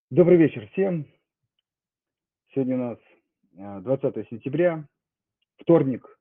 Добрый вечер всем. Сегодня у нас 20 сентября, вторник,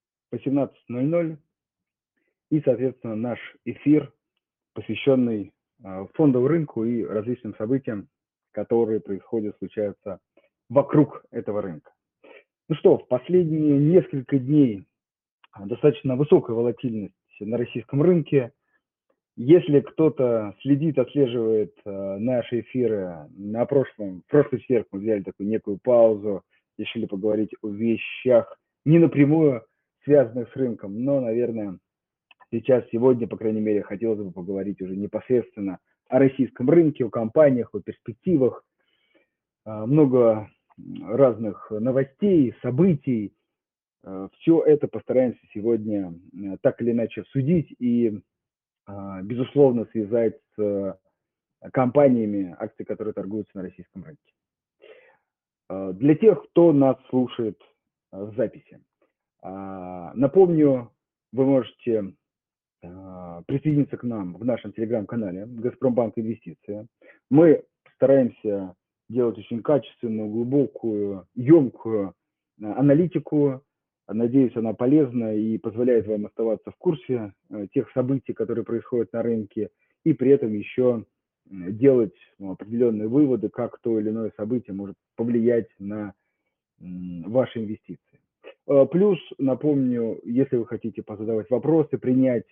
18:00, и, соответственно, наш эфир, посвященный фондовому рынку и различным событиям, которые происходят, случаются вокруг этого рынка. Ну что, в последние несколько дней достаточно высокая волатильность на российском рынке. Если кто-то следит, отслеживает наши эфиры, в прошлый четверг мы взяли такую некую паузу, решили поговорить о вещах не напрямую связанных с рынком, но, наверное, сегодня, по крайней мере, хотелось бы поговорить уже непосредственно о российском рынке, о компаниях, о перспективах. Много разных новостей, событий. Все это постараемся сегодня так или иначе обсудить и, безусловно, связать с компаниями, акции, которые торгуются на российском рынке. Для тех, кто нас слушает в записи, напомню, вы можете присоединиться к нам в нашем телеграм-канале «Газпромбанк Инвестиции». Мы стараемся делать очень качественную, глубокую, емкую аналитику. Надеюсь, она полезна и позволяет вам оставаться в курсе тех событий, которые происходят на рынке, и при этом еще делать определенные выводы, как то или иное событие может повлиять на ваши инвестиции. Плюс, напомню, если вы хотите позадавать вопросы, принять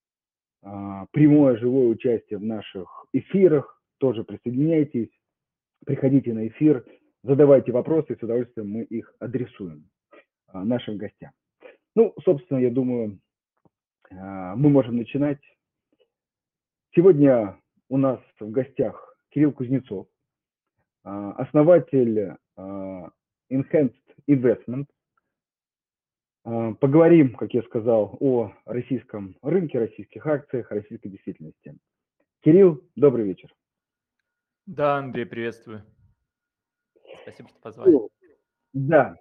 прямое живое участие в наших эфирах, тоже присоединяйтесь, приходите на эфир, задавайте вопросы, и с удовольствием мы их адресуем нашим гостям. Ну, собственно, я думаю, мы можем начинать. Сегодня у нас в гостях Кирилл Кузнецов, основатель Enhanced Investment. Поговорим, как я сказал, о российском рынке, российских акциях, российской действительности. Кирилл, добрый вечер. Да, Андрей, приветствую. Спасибо, что позвали. Да,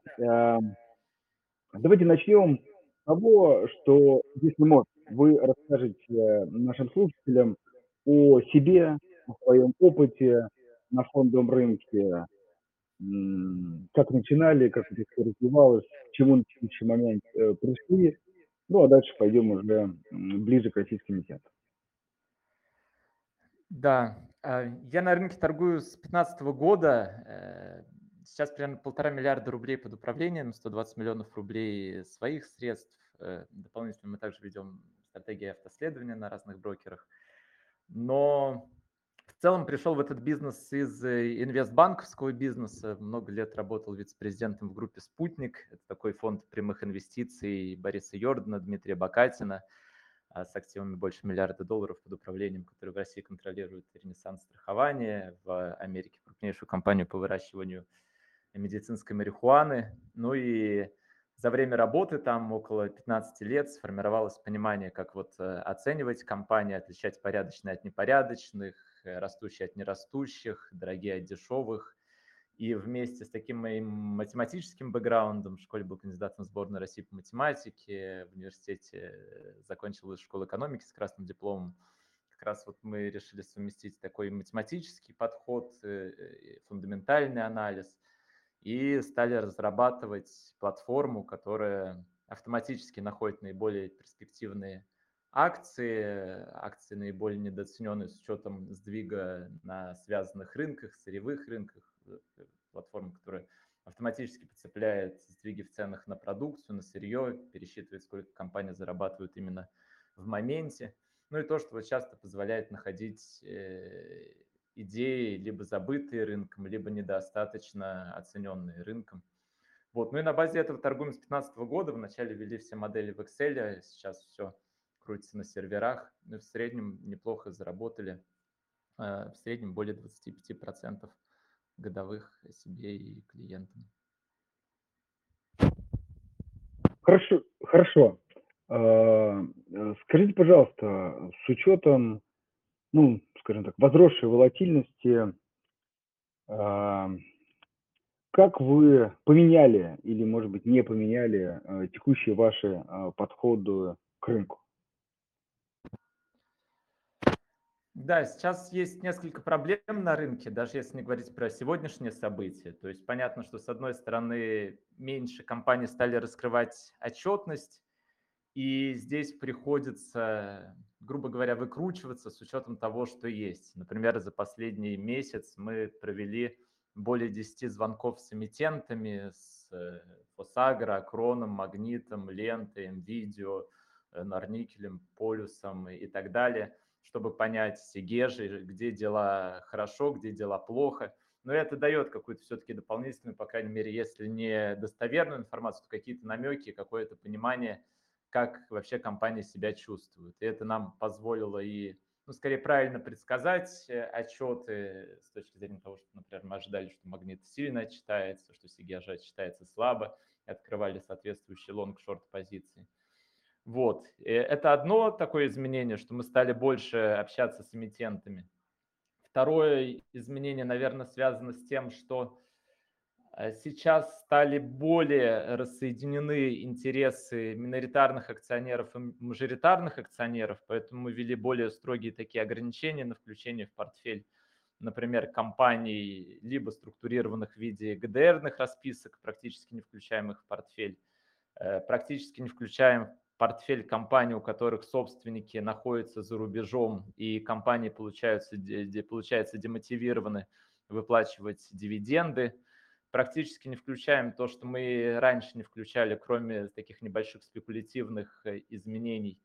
давайте начнем с того, что, если можно, вы расскажете нашим слушателям о себе, о своем опыте на фондовом рынке, как начинали, как это всё развивалось, к чему на текущий момент пришли. Ну, а дальше пойдем уже ближе к российским эмитентам. Да, я на рынке торгую с 2015 года. Сейчас примерно 1,5 миллиарда рублей под управлением, 120 миллионов рублей своих средств. Дополнительно мы также ведем стратегии автоследования на разных брокерах. Но в целом пришел в этот бизнес из инвестбанковского бизнеса. Много лет работал вице-президентом в группе «Спутник». Это такой фонд прямых инвестиций Бориса Йордана, Дмитрия Бакатина, с активами больше миллиарда долларов под управлением, который в России контролирует Ренессанс страхование, в Америке крупнейшую компанию по выращиванию медицинской марихуаны. Ну и за время работы там около 15 лет сформировалось понимание, как оценивать компании, отличать порядочные от непорядочных, растущие от нерастущих, дорогие от дешевых. И вместе с таким моим математическим бэкграундом, в школе был кандидатом в сборную России по математике, в университете закончил высшую школу экономики с красным дипломом. Как раз мы решили совместить такой математический подход, фундаментальный анализ, и стали разрабатывать платформу, которая автоматически находит наиболее перспективные акции наиболее недооцененные с учетом сдвига на связанных рынках, сырьевых рынках, платформа, которая автоматически подцепляет сдвиги в ценах на продукцию, на сырье, пересчитывает, сколько компания зарабатывает именно в моменте. Ну и то, что часто позволяет находить идеи, либо забытые рынком, либо недостаточно оцененные рынком. Ну и на базе этого торгуем с 2015 года. Вначале ввели все модели в Excel, сейчас все крутится на серверах. Ну и в среднем неплохо заработали. В среднем более 25% годовых себе и клиентам. Хорошо, хорошо. Скажите, пожалуйста, с учетом, ну, скажем так, возросшей волатильности, а, как вы поменяли или, может быть, не поменяли текущие ваши подходы к рынку? Да, сейчас есть несколько проблем на рынке, даже если не говорить про сегодняшние события. То есть понятно, что с одной стороны меньше компаний стали раскрывать отчетность, и здесь приходится, грубо говоря, выкручиваться с учетом того, что есть. Например, за последний месяц мы провели более 10 звонков с эмитентами, с Фосагро, Акроном, Магнитом, Лентой, МВидео, Норникелем, Полюсом и так далее, чтобы понять Сигежи, где дела хорошо, где дела плохо. Но это дает какую-то все-таки дополнительную, по крайней мере, если не достоверную информацию, то какие-то намеки, какое-то понимание, как вообще компания себя чувствует. И это нам позволило и, ну, скорее, правильно предсказать отчеты с точки зрения того, что, например, мы ожидали, что Магнит сильно отчитается, что Сигежа отчитается слабо, и открывали соответствующие лонг-шорт позиции. Вот. Это одно такое изменение, что мы стали больше общаться с эмитентами. Второе изменение, наверное, связано с тем, что сейчас стали более рассоединены интересы миноритарных акционеров и мажоритарных акционеров, поэтому мы ввели более строгие такие ограничения на включение в портфель, например, компаний, либо структурированных в виде ГДРных расписок, практически не включаемых в портфель, практически не включаем в портфель компаний, у которых собственники находятся за рубежом, и компании получается демотивированы выплачивать дивиденды. Практически не включаем то, что мы раньше не включали, кроме таких небольших спекулятивных изменений,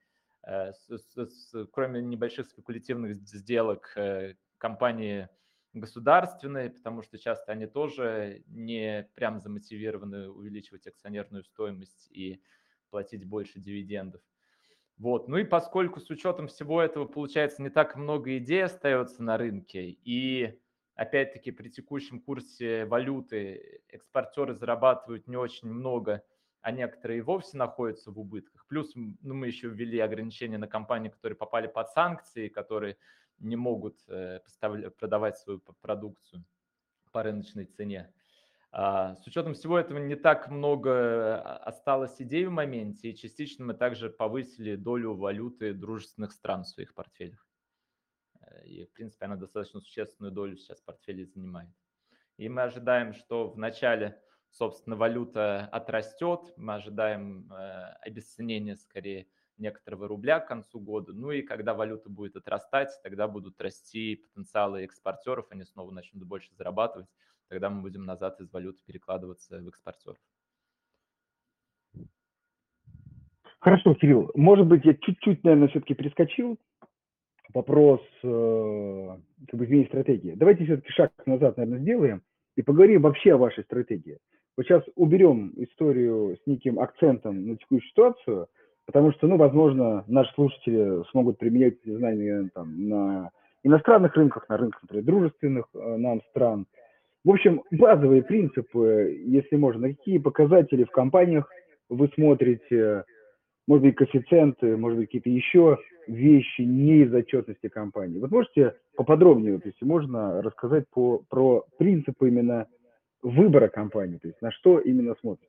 кроме небольших спекулятивных сделок компании государственные, потому что часто они тоже не прям замотивированы увеличивать акционерную стоимость и платить больше дивидендов. Вот. Ну и поскольку с учетом всего этого, получается, не так много идей остается на рынке, и опять-таки при текущем курсе валюты экспортеры зарабатывают не очень много, а некоторые и вовсе находятся в убытках. Плюс ну, мы еще ввели ограничения на компании, которые попали под санкции, которые не могут продавать свою продукцию по рыночной цене. С учетом всего этого не так много осталось идей в моменте, и частично мы также повысили долю валюты дружественных стран в своих портфелях. И, в принципе, она достаточно существенную долю сейчас в портфеле занимает. И мы ожидаем, что в начале, собственно, валюта отрастет, мы ожидаем обесценения, скорее, некоторого рубля к концу года. Ну и когда валюта будет отрастать, тогда будут расти потенциалы экспортеров, они снова начнут больше зарабатывать, тогда мы будем назад из валюты перекладываться в экспортеров. Хорошо, Кирилл, может быть, я чуть-чуть, наверное, все-таки перескочил вопрос как бы изменения стратегии. Давайте все-таки шаг назад, наверное, сделаем и поговорим вообще о вашей стратегии. Вот сейчас уберем историю с неким акцентом на текущую ситуацию, потому что, ну, возможно, наши слушатели смогут применять эти знания там, на иностранных рынках, на рынках, например, дружественных нам стран. В общем, базовые принципы, если можно, на какие показатели в компаниях вы смотрите, может быть, коэффициенты, может быть, какие-то еще вещи не из отчетности компании. Вот можете поподробнее, вот, если можно, рассказать про принципы именно выбора компании, то есть на что именно смотрите?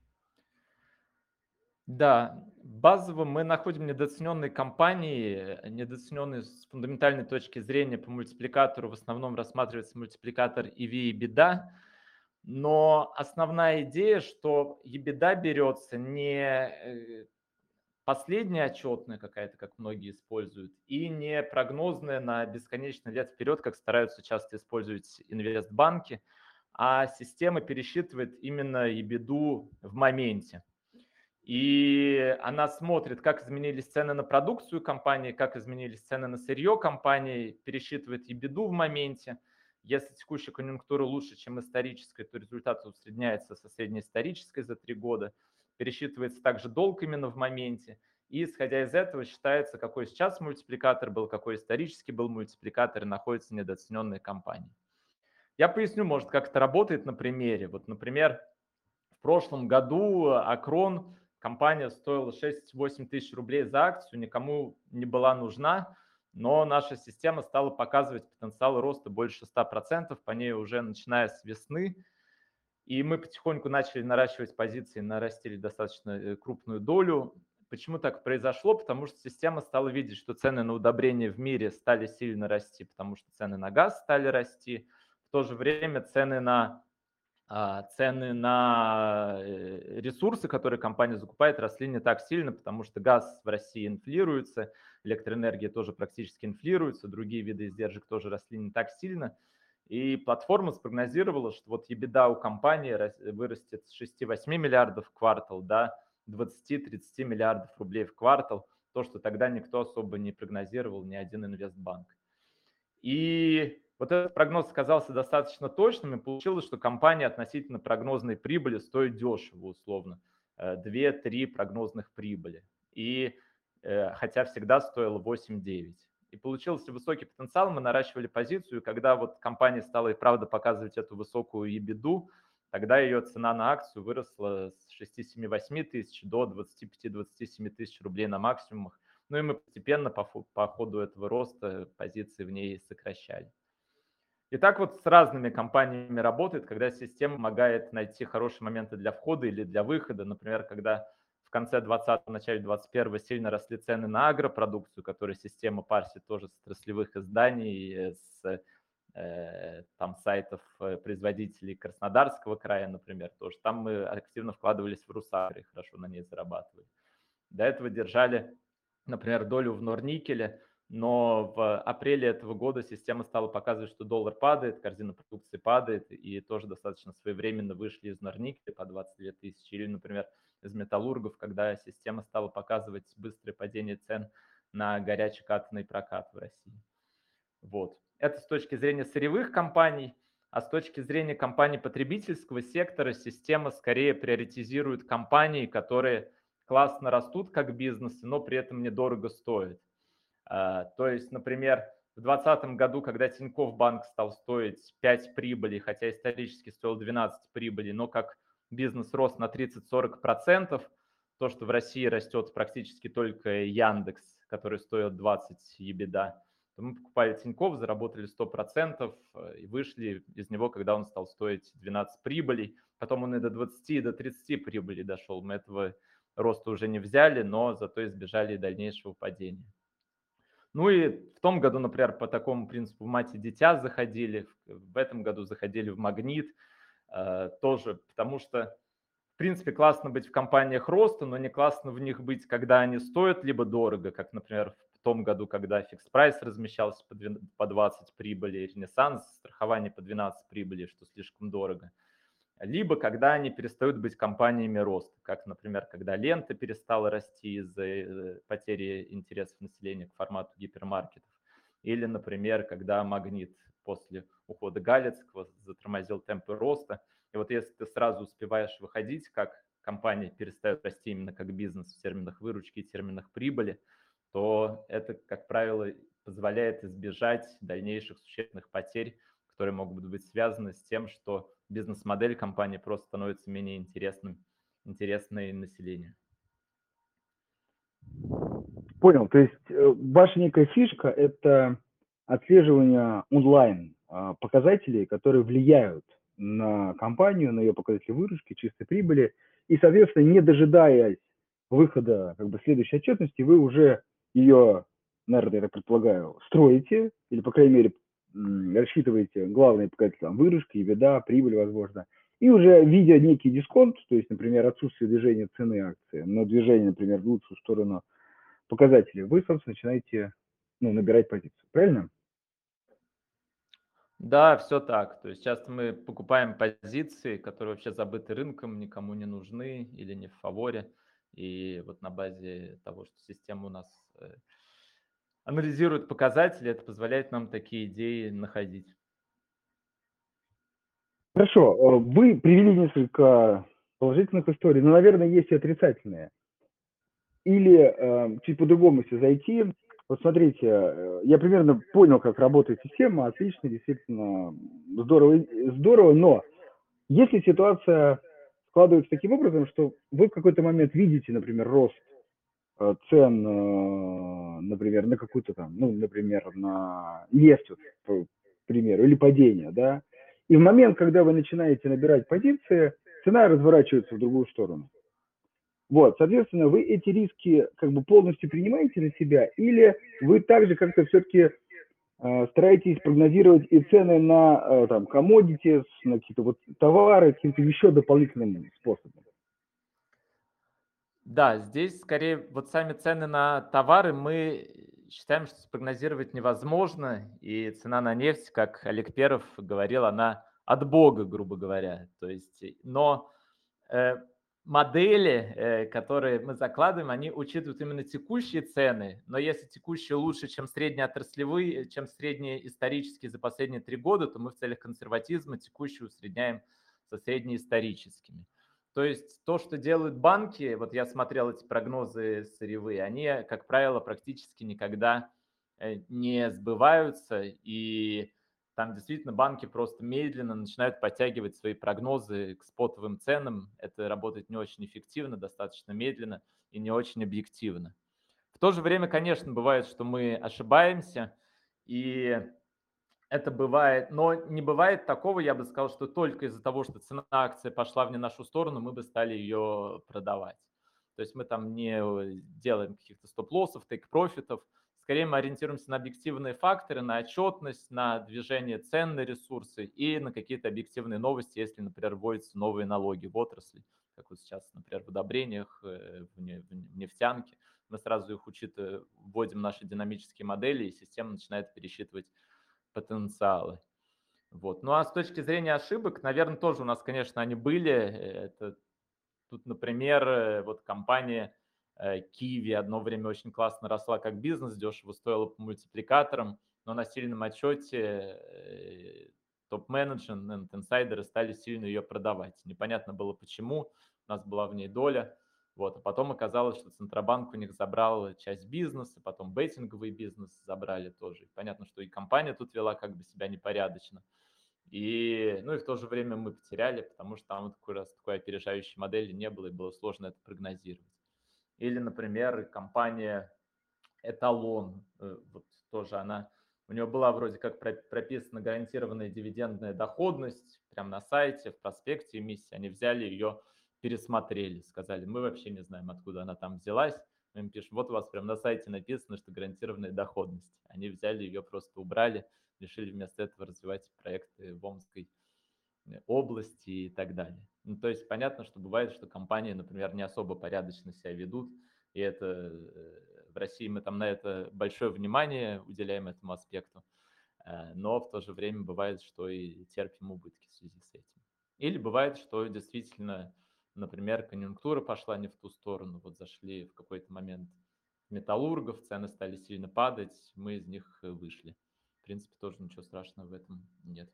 Да, базово мы находим недооцененные компании, недооцененные с фундаментальной точки зрения по мультипликатору. В основном рассматривается мультипликатор EV и EBITDA, но основная идея, что EBITDA берется не последняя отчетная какая-то, как многие используют, и не прогнозная на бесконечный лет вперед, как стараются часто использовать инвестбанки, а система пересчитывает именно EBITDA в моменте. И она смотрит, как изменились цены на продукцию компании, как изменились цены на сырье компании, пересчитывает EBITDA в моменте. Если текущая конъюнктура лучше, чем историческая, то результат усредняется со среднеисторической за 3 года. Пересчитывается также долг именно в моменте. И исходя из этого считается, какой сейчас мультипликатор был, какой исторически был мультипликатор, и находятся недооцененные компании. Я поясню, может, как это работает на примере. Вот, например, в прошлом году Акрон, компания стоила 6-8 тысяч рублей за акцию, никому не была нужна, но наша система стала показывать потенциал роста больше 100%, по ней уже начиная с весны. И мы потихоньку начали наращивать позиции, нарастили достаточно крупную долю. Почему так произошло? Потому что система стала видеть, что цены на удобрения в мире стали сильно расти, потому что цены на газ стали расти. В то же время цены на ресурсы, которые компания закупает, росли не так сильно, потому что газ в России инфлируется, электроэнергия тоже практически инфлируется, другие виды издержек тоже росли не так сильно. И платформа спрогнозировала, что вот EBITDA у компании вырастет с 6-8 миллиардов в квартал до 20-30 миллиардов рублей в квартал, то, что тогда никто особо не прогнозировал, ни один инвестбанк. И вот этот прогноз оказался достаточно точным, и получилось, что компания относительно прогнозной прибыли стоит дешево, условно, 2-3 прогнозных прибыли, хотя всегда стоило 8-9. И получился высокий потенциал, мы наращивали позицию, и когда вот компания стала и правда показывать эту высокую EBITDA, тогда ее цена на акцию выросла с 6-7-8 тысяч до 25-27 тысяч рублей на максимумах. Ну и мы постепенно по ходу этого роста позиции в ней сокращали. И так вот с разными компаниями работает, когда система помогает найти хорошие моменты для входа или для выхода. Например, когда в конце 2020, начале 2021 сильно росли цены на агропродукцию, которую система парсит тоже с отраслевых изданий, там сайтов производителей Краснодарского края, например, тоже. Там мы активно вкладывались в Русагро и хорошо на ней зарабатывали. До этого держали, например, долю в Норникеле, но в апреле этого года система стала показывать, что доллар падает, корзина продукции падает, и тоже достаточно своевременно вышли из Норникеля по 22 тысячи. Или, например, из металлургов, когда система стала показывать быстрое падение цен на горячекатанный прокат в России. Вот. Это с точки зрения сырьевых компаний, а с точки зрения компаний потребительского сектора система скорее приоритизирует компании, которые классно растут как бизнесы, но при этом недорого стоят. То есть, например, в 2020 году, когда Тинькофф банк стал стоить 5 прибыли, хотя исторически стоил 12 прибыли, но как бизнес рос на 30-40%, то, что в России растет практически только Яндекс, который стоит 20 EBITDA, то мы покупали Тинькофф, заработали 100% и вышли из него, когда он стал стоить 12 прибылей. Потом он и до 20, и до 30 прибылей дошел. Мы этого роста уже не взяли, но зато избежали дальнейшего падения. Ну и в том году, например, по такому принципу мать и дитя заходили, в этом году заходили в Магнит тоже, потому что, в принципе, классно быть в компаниях роста, но не классно в них быть, когда они стоят либо дорого, как, например, в том году, когда фикс прайс размещался по 20 прибыли, Ренессанс, страхование по 12 прибыли, что слишком дорого. Либо когда они перестают быть компаниями роста, как, например, когда лента перестала расти из-за потери интересов населения к формату гипермаркетов, или, например, когда Магнит после ухода Галицкого затормозил темпы роста. И вот если ты сразу успеваешь выходить, как компания перестает расти именно как бизнес в терминах выручки и терминах прибыли, то это, как правило, позволяет избежать дальнейших существенных потерь, которые могут быть связаны с тем, что бизнес-модель компании просто становится менее интересной населению. Понял. То есть ваша некая фишка – это отслеживание онлайн показателей, которые влияют на компанию, на ее показатели выручки, чистой прибыли. И, соответственно, не дожидаясь выхода следующей отчетности, вы уже ее, наверное, я предполагаю, строите, или, по крайней мере, рассчитываете главные показатели выручки, EBITDA, прибыль, возможно, и уже видя некий дисконт, то есть, например, отсутствие движения цены акции, но движение, например, в лучшую сторону показателей, вы, собственно, начинаете набирать позицию. Правильно? Да, все так. То есть часто мы покупаем позиции, которые вообще забыты рынком, никому не нужны или не в фаворе. И вот на базе того, что система у нас анализирует показатели, это позволяет нам такие идеи находить. Хорошо. Вы привели несколько положительных историй, но, наверное, есть и отрицательные. Или чуть по-другому, если зайти. Вот смотрите, я примерно понял, как работает система, отлично, действительно здорово, но если ситуация складывается таким образом, что вы в какой-то момент видите, например, рост цен, например, на какую-то там, например, на нефть, к примеру, или падение, да, и в момент, когда вы начинаете набирать позиции, цена разворачивается в другую сторону. Вот, соответственно, вы эти риски как бы полностью принимаете на себя, или вы также как-то все-таки стараетесь прогнозировать и цены на там commodities, на какие-то вот товары каким-то еще дополнительным способом? Да, здесь скорее вот сами цены на товары мы считаем, что спрогнозировать невозможно. И цена на нефть, как Олег Перов говорил, она от Бога, грубо говоря. То есть, но э, модели, которые мы закладываем, они учитывают именно текущие цены. Но если текущие лучше, чем средние отраслевые, чем средние исторические за последние 3 года, то мы в целях консерватизма текущие усредняем со среднеисторическими. То есть то, что делают банки, вот я смотрел эти прогнозы сырьевые, они, как правило, практически никогда не сбываются, и там действительно банки просто медленно начинают подтягивать свои прогнозы к спотовым ценам. Это работает не очень эффективно, достаточно медленно и не очень объективно. В то же время, конечно, бывает, что мы ошибаемся, и это бывает, но не бывает такого, я бы сказал, что только из-за того, что цена акции пошла в не нашу сторону, мы бы стали ее продавать. То есть мы там не делаем каких-то стоп-лоссов, тейк-профитов. Скорее мы ориентируемся на объективные факторы, на отчетность, на движение цен на ресурсы и на какие-то объективные новости, если, например, вводятся новые налоги в отрасли, как вот сейчас, например, в удобрениях, в нефтянке. Мы сразу их учитываем, вводим наши динамические модели, и система начинает пересчитывать потенциалы. Вот. Ну а с точки зрения ошибок, наверное, тоже у нас, конечно, они были. Это тут, например, вот компания Kiwi одно время очень классно росла как бизнес, дешево стоила по мультипликаторам, но на сильном отчете топ-менеджмент, инсайдеры стали сильно ее продавать. Непонятно было почему, у нас была в ней доля. Вот. А потом оказалось, что Центробанк у них забрал часть бизнеса, потом беттинговый бизнес забрали тоже. И понятно, что и компания тут вела как бы себя непорядочно. И, ну и в то же время мы потеряли, потому что там вот такой раз такой опережающей модели не было, и было сложно это прогнозировать. Или, например, компания Эталон, вот тоже она, у нее была вроде как прописана гарантированная дивидендная доходность прямо на сайте, в проспекте эмиссии. Они взяли ее, пересмотрели, сказали, мы вообще не знаем, откуда она там взялась. Мы им пишем, вот у вас прямо на сайте написано, что гарантированная доходность. Они взяли ее, просто убрали, решили вместо этого развивать проекты в Омской области и так далее. Ну, то есть понятно, что бывает, что компании, например, не особо порядочно себя ведут, и это в России мы там на это большое внимание уделяем этому аспекту, но в то же время бывает, что и терпим убытки в связи с этим. Или бывает, что действительно, например, конъюнктура пошла не в ту сторону, вот зашли в какой-то момент металлургов, цены стали сильно падать, мы из них вышли. В принципе, тоже ничего страшного в этом нет.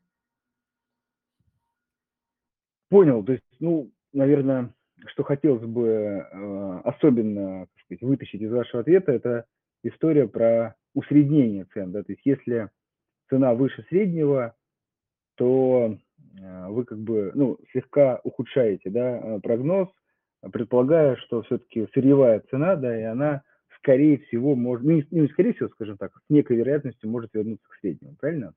Понял, то есть, ну, наверное, что хотелось бы особенно, так сказать, вытащить из вашего ответа, это история про усреднение цен, да, то есть если цена выше среднего, то вы как бы, ну, слегка ухудшаете, да, прогноз, предполагая, что все-таки сырьевая цена, да, и она, скорее всего, может, ну, не скорее всего, скажем так, с некой вероятностью может вернуться к среднему, правильно?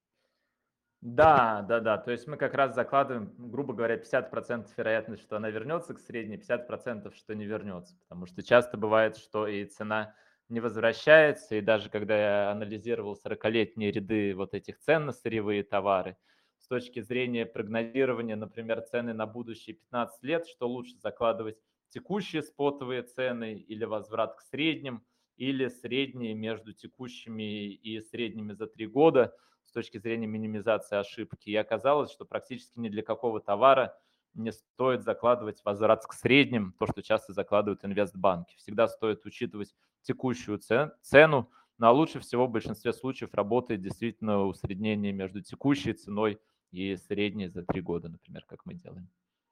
Да, да-да. То есть мы как раз закладываем, грубо говоря, 50% вероятность, что она вернется к средней, 50%, что не вернется. Потому что часто бывает, что и цена не возвращается, и даже когда я анализировал 40-летние ряды вот этих цен на сырьевые товары, с точки зрения прогнозирования, например, цены на будущие 15 лет, что лучше закладывать текущие спотовые цены или возврат к средним, или средние между текущими и средними за 3 года – с точки зрения минимизации ошибки. И оказалось, что практически ни для какого товара не стоит закладывать возврат к средним, то, что часто закладывают инвестбанки. Всегда стоит учитывать текущую цену, ну а лучше всего в большинстве случаев работает действительно усреднение между текущей ценой и средней за 3 года, например, как мы делаем.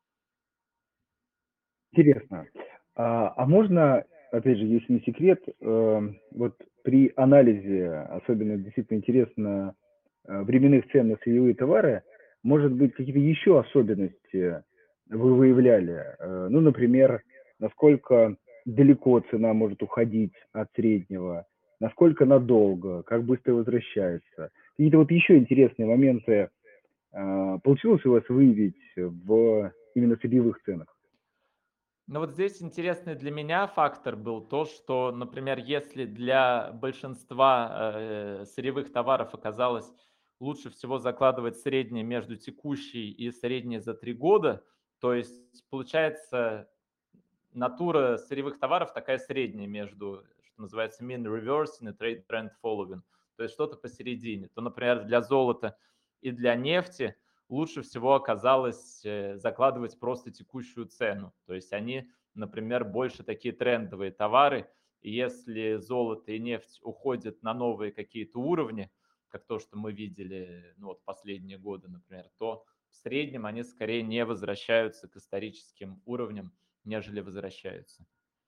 Интересно. А можно, опять же, если не секрет, вот при анализе, особенно действительно интересно, временных цен на сырьевые товары, может быть, какие-то еще особенности вы выявляли? Ну, например, насколько далеко цена может уходить от среднего, насколько надолго, как быстро возвращается. Какие-то вот еще интересные моменты получилось у вас выявить в именно сырьевых ценах? Но вот здесь интересный для меня фактор был то, что, например, если для большинства сырьевых товаров оказалось лучше всего закладывать среднее между текущей и среднее за 3 года, то есть получается натура сырьевых товаров такая средняя между, что называется, mean reversing и trade trend following, то есть что-то посередине. То, например, для золота и для нефти лучше всего оказалось закладывать просто текущую цену. То есть они, например, больше такие трендовые товары. И если золото и нефть уходят на новые какие-то уровни, как то, что мы видели ну, вот последние годы, например, то в среднем они скорее не возвращаются к историческим уровням, нежели возвращаются.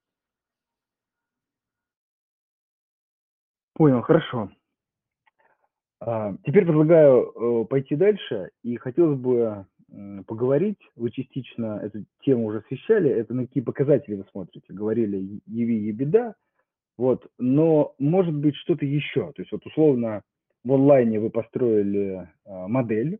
Понял, хорошо. Теперь предлагаю пойти дальше, и хотелось бы поговорить, вы частично эту тему уже освещали, это на какие показатели вы смотрите, говорили EV, EBITDA, вот, но может быть что-то еще, то есть вот условно в онлайне вы построили модель,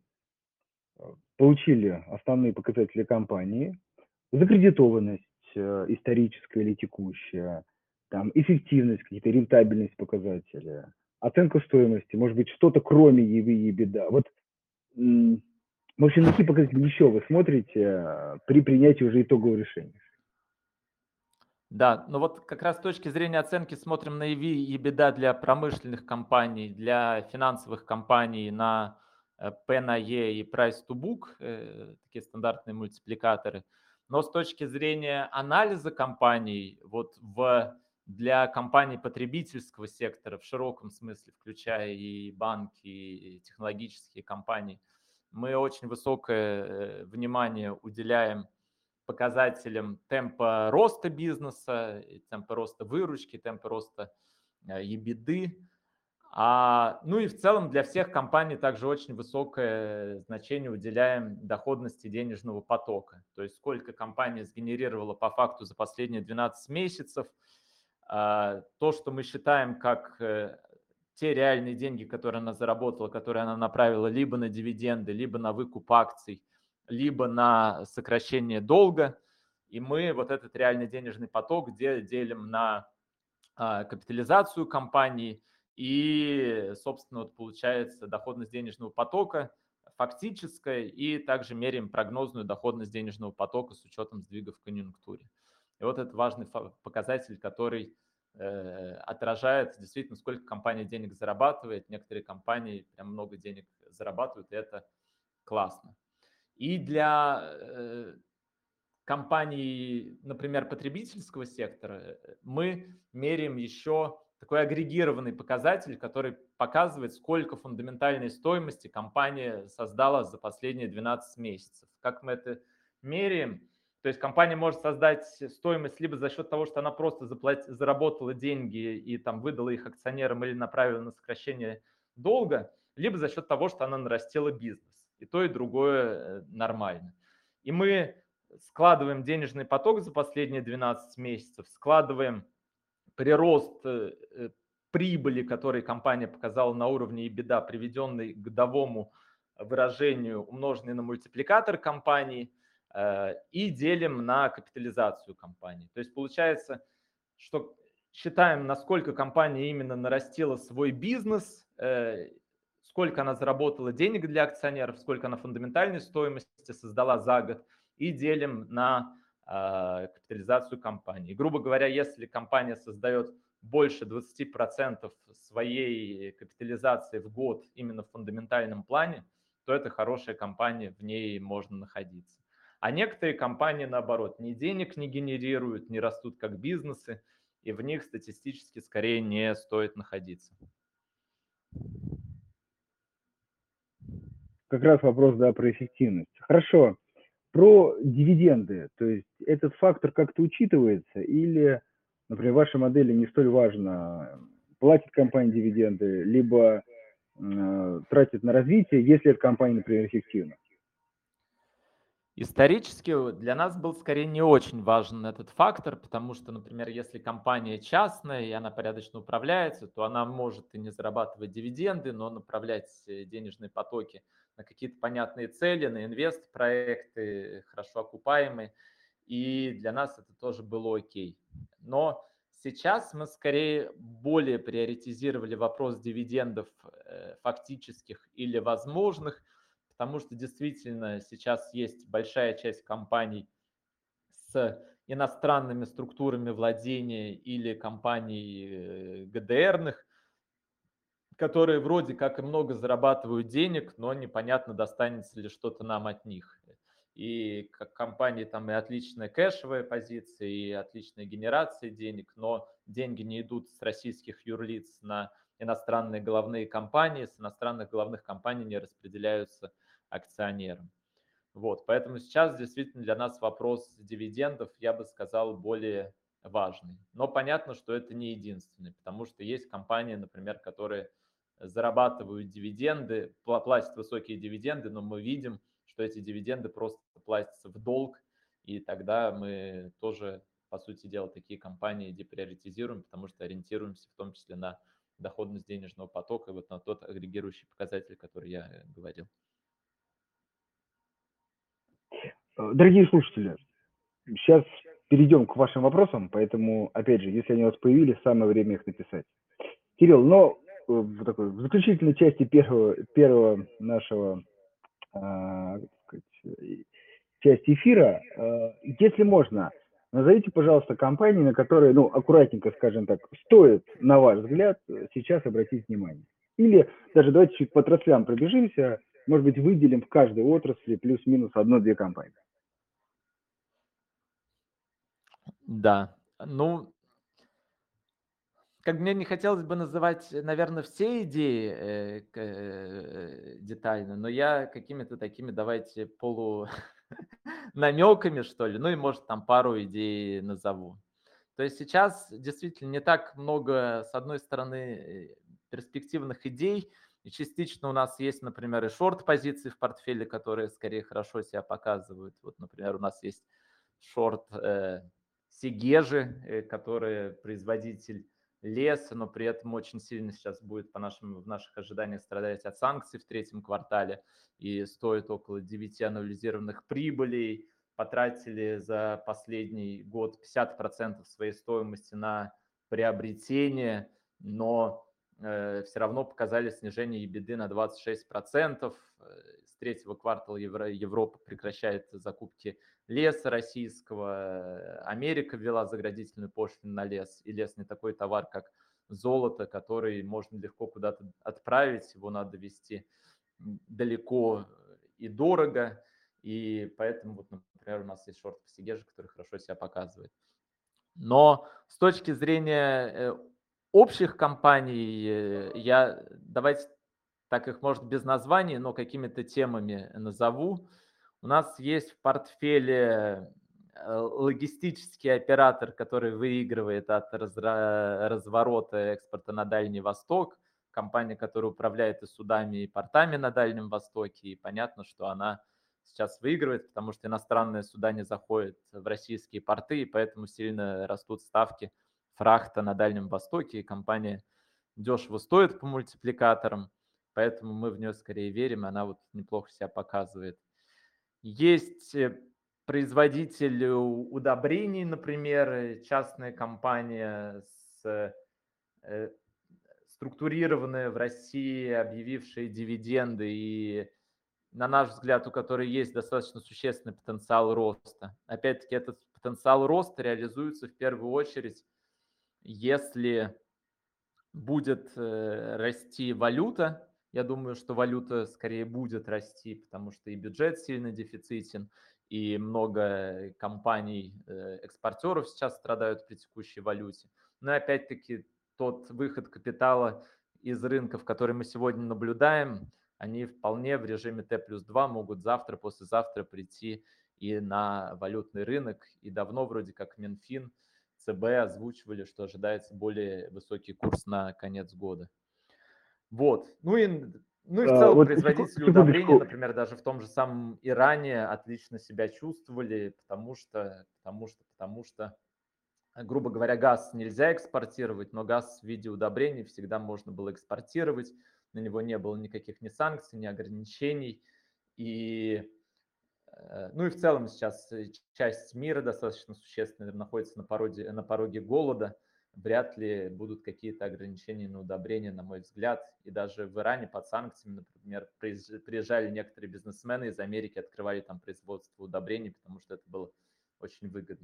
получили основные показатели компании, закредитованность историческая или текущая, там, эффективность, какие-то рентабельность показатели, оценка стоимости, может быть, что-то кроме EV и беда. Вот, в общем, на какие показатели еще вы смотрите при принятии уже итогового решения? Да, но вот как раз с точки зрения оценки смотрим на EV и беда для промышленных компаний, для финансовых компаний на P на E и Price to Book, такие стандартные мультипликаторы. Но с точки зрения анализа компаний, вот для компаний потребительского сектора в широком смысле, включая и банки, и технологические компании, мы очень высокое внимание уделяем показателям темпа роста бизнеса, темпа роста выручки, темпа роста EBITDA. Ну и в целом для всех компаний также очень высокое значение уделяем доходности денежного потока. То есть сколько компания сгенерировала по факту за последние 12 месяцев. То, что мы считаем как те реальные деньги, которые она заработала, которые она направила либо на дивиденды, либо на выкуп акций, либо на сокращение долга. И мы вот этот реальный денежный поток делим на капитализацию компании и, собственно, вот получается доходность денежного потока фактическая, и также меряем прогнозную доходность денежного потока с учетом сдвигов в конъюнктуре. И вот это важный показатель, который отражает действительно, сколько компания денег зарабатывает. Некоторые компании прям много денег зарабатывают, и это классно. И для компаний, например, потребительского сектора, мы меряем еще такой агрегированный показатель, который показывает, сколько фундаментальной стоимости компания создала за последние 12 месяцев. Как мы это меряем? То есть компания может создать стоимость либо за счет того, что она просто заработала деньги и там выдала их акционерам или направила на сокращение долга, либо за счет того, что она нарастила бизнес. И то, и другое нормально. И мы складываем денежный поток за последние 12 месяцев, складываем прирост прибыли, который компания показала на уровне EBITDA, приведенный к годовому выражению, умноженный на мультипликатор компании, и делим на капитализацию компании. То есть получается, что считаем, насколько компания именно нарастила свой бизнес, сколько она заработала денег для акционеров, сколько она фундаментальной стоимости создала за год, и делим на капитализацию компании. Грубо говоря, если компания создает больше 20% своей капитализации в год именно в фундаментальном плане, то это хорошая компания, в ней можно находиться. А некоторые компании, наоборот, ни денег не генерируют, не растут как бизнесы, и в них статистически скорее не стоит находиться. Как раз вопрос, да, про эффективность. Хорошо. Про дивиденды, то есть этот фактор как-то учитывается или, например, в вашей модели не столь важно, платит компания дивиденды, либо тратит на развитие, если эта компания, например, эффективна? Исторически для нас был скорее не очень важен этот фактор, потому что, например, если компания частная и она порядочно управляется, то она может и не зарабатывать дивиденды, но направлять денежные потоки на какие-то понятные цели, на инвест-проекты, хорошо окупаемые. и для нас это тоже было окей. Но сейчас мы скорее более приоритизировали вопрос дивидендов фактических или возможных, потому что действительно сейчас есть большая часть компаний с иностранными структурами владения или компаний ГДРных, которые вроде как и много зарабатывают денег, но непонятно, достанется ли что-то нам от них. И как компании там и отличная кэшевая позиция, и отличная генерация денег, но деньги не идут с российских юрлиц на иностранные головные компании, с иностранных головных компаний не распределяются акционерам. Вот, поэтому сейчас действительно для нас вопрос дивидендов, я бы сказал, более важный. Но понятно, что это не единственный, потому что есть компании, например, которые зарабатывают дивиденды, платят высокие дивиденды, но мы видим, что эти дивиденды просто платятся в долг, и тогда мы тоже, по сути дела, такие компании деприоритизируем, потому что ориентируемся в том числе на доходность денежного потока и вот на тот агрегирующий показатель, который я говорил. Дорогие слушатели, сейчас перейдем к вашим вопросам, поэтому, опять же, если они у вас появились, самое время их написать. Кирилл, но в заключительной части первого нашего части эфира, если можно, назовите, пожалуйста, компании, на которые, ну, аккуратненько, скажем так, стоит, на ваш взгляд, сейчас обратить внимание. Или даже давайте чуть по отраслям пробежимся, может быть, выделим в каждой отрасли плюс-минус одну-две компании. Да, ну, как мне не хотелось бы называть, наверное, все идеи детально, но я какими-то такими, давайте, намеками, что ли, ну и, может, там пару идей назову. То есть сейчас действительно не так много, с одной стороны, перспективных идей, и частично у нас есть, например, и шорт-позиции в портфеле, которые скорее хорошо себя показывают. Вот, например, у нас есть шорт Сигежи, который производитель леса, но при этом очень сильно сейчас будет в наших ожиданиях страдать от санкций в третьем квартале и стоит около 9 аннулизированных прибылей. Потратили за последний год 50% своей стоимости на приобретение, но все равно показали снижение EBITDA на 26%. С третьего квартала Европа прекращает закупки леса российского. Америка ввела заградительную пошлину на лес, и лес не такой товар, как золото, который можно легко куда-то отправить, его надо везти далеко и дорого, и поэтому, вот, например, у нас есть шорт по Сигеже, который хорошо себя показывает. Но с точки зрения общих компаний, давайте так их, может, без названий, но какими-то темами назову. У нас есть в портфеле логистический оператор, который выигрывает от разворота экспорта на Дальний Восток, компания, которая управляет и судами, и портами на Дальнем Востоке, и понятно, что она сейчас выигрывает, потому что иностранные суда не заходят в российские порты, и поэтому сильно растут ставки фрахта на Дальнем Востоке, и компания дешево стоит по мультипликаторам, поэтому мы в нее скорее верим, и она вот неплохо себя показывает. Есть производитель удобрений, например, частная компания, структурированная в России, объявившая дивиденды и, на наш взгляд, у которой есть достаточно существенный потенциал роста. Опять-таки, этот потенциал роста реализуется в первую очередь, если будет расти валюта. Я думаю, что валюта скорее будет расти, потому что и бюджет сильно дефицитен, и много компаний-экспортеров сейчас страдают при текущей валюте. Но опять-таки тот выход капитала из рынков, который мы сегодня наблюдаем, они вполне в режиме Т+2 могут завтра, послезавтра прийти и на валютный рынок. И давно вроде как Минфин, ЦБ озвучивали, что ожидается более высокий курс на конец года. Вот. Ну и в целом Вот производители удобрений, секундочку. например, даже в том же самом Иране отлично себя чувствовали, потому что, грубо говоря, газ нельзя экспортировать, но газ в виде удобрений всегда можно было экспортировать, на него не было никаких ни санкций, ни ограничений, и Ну и в целом сейчас часть мира достаточно существенно находится на пороге голода. Вряд ли будут какие-то ограничения на удобрения, на мой взгляд. И даже в Иране под санкциями, например, приезжали некоторые бизнесмены из Америки, открывали там производство удобрений, потому что это было очень выгодно.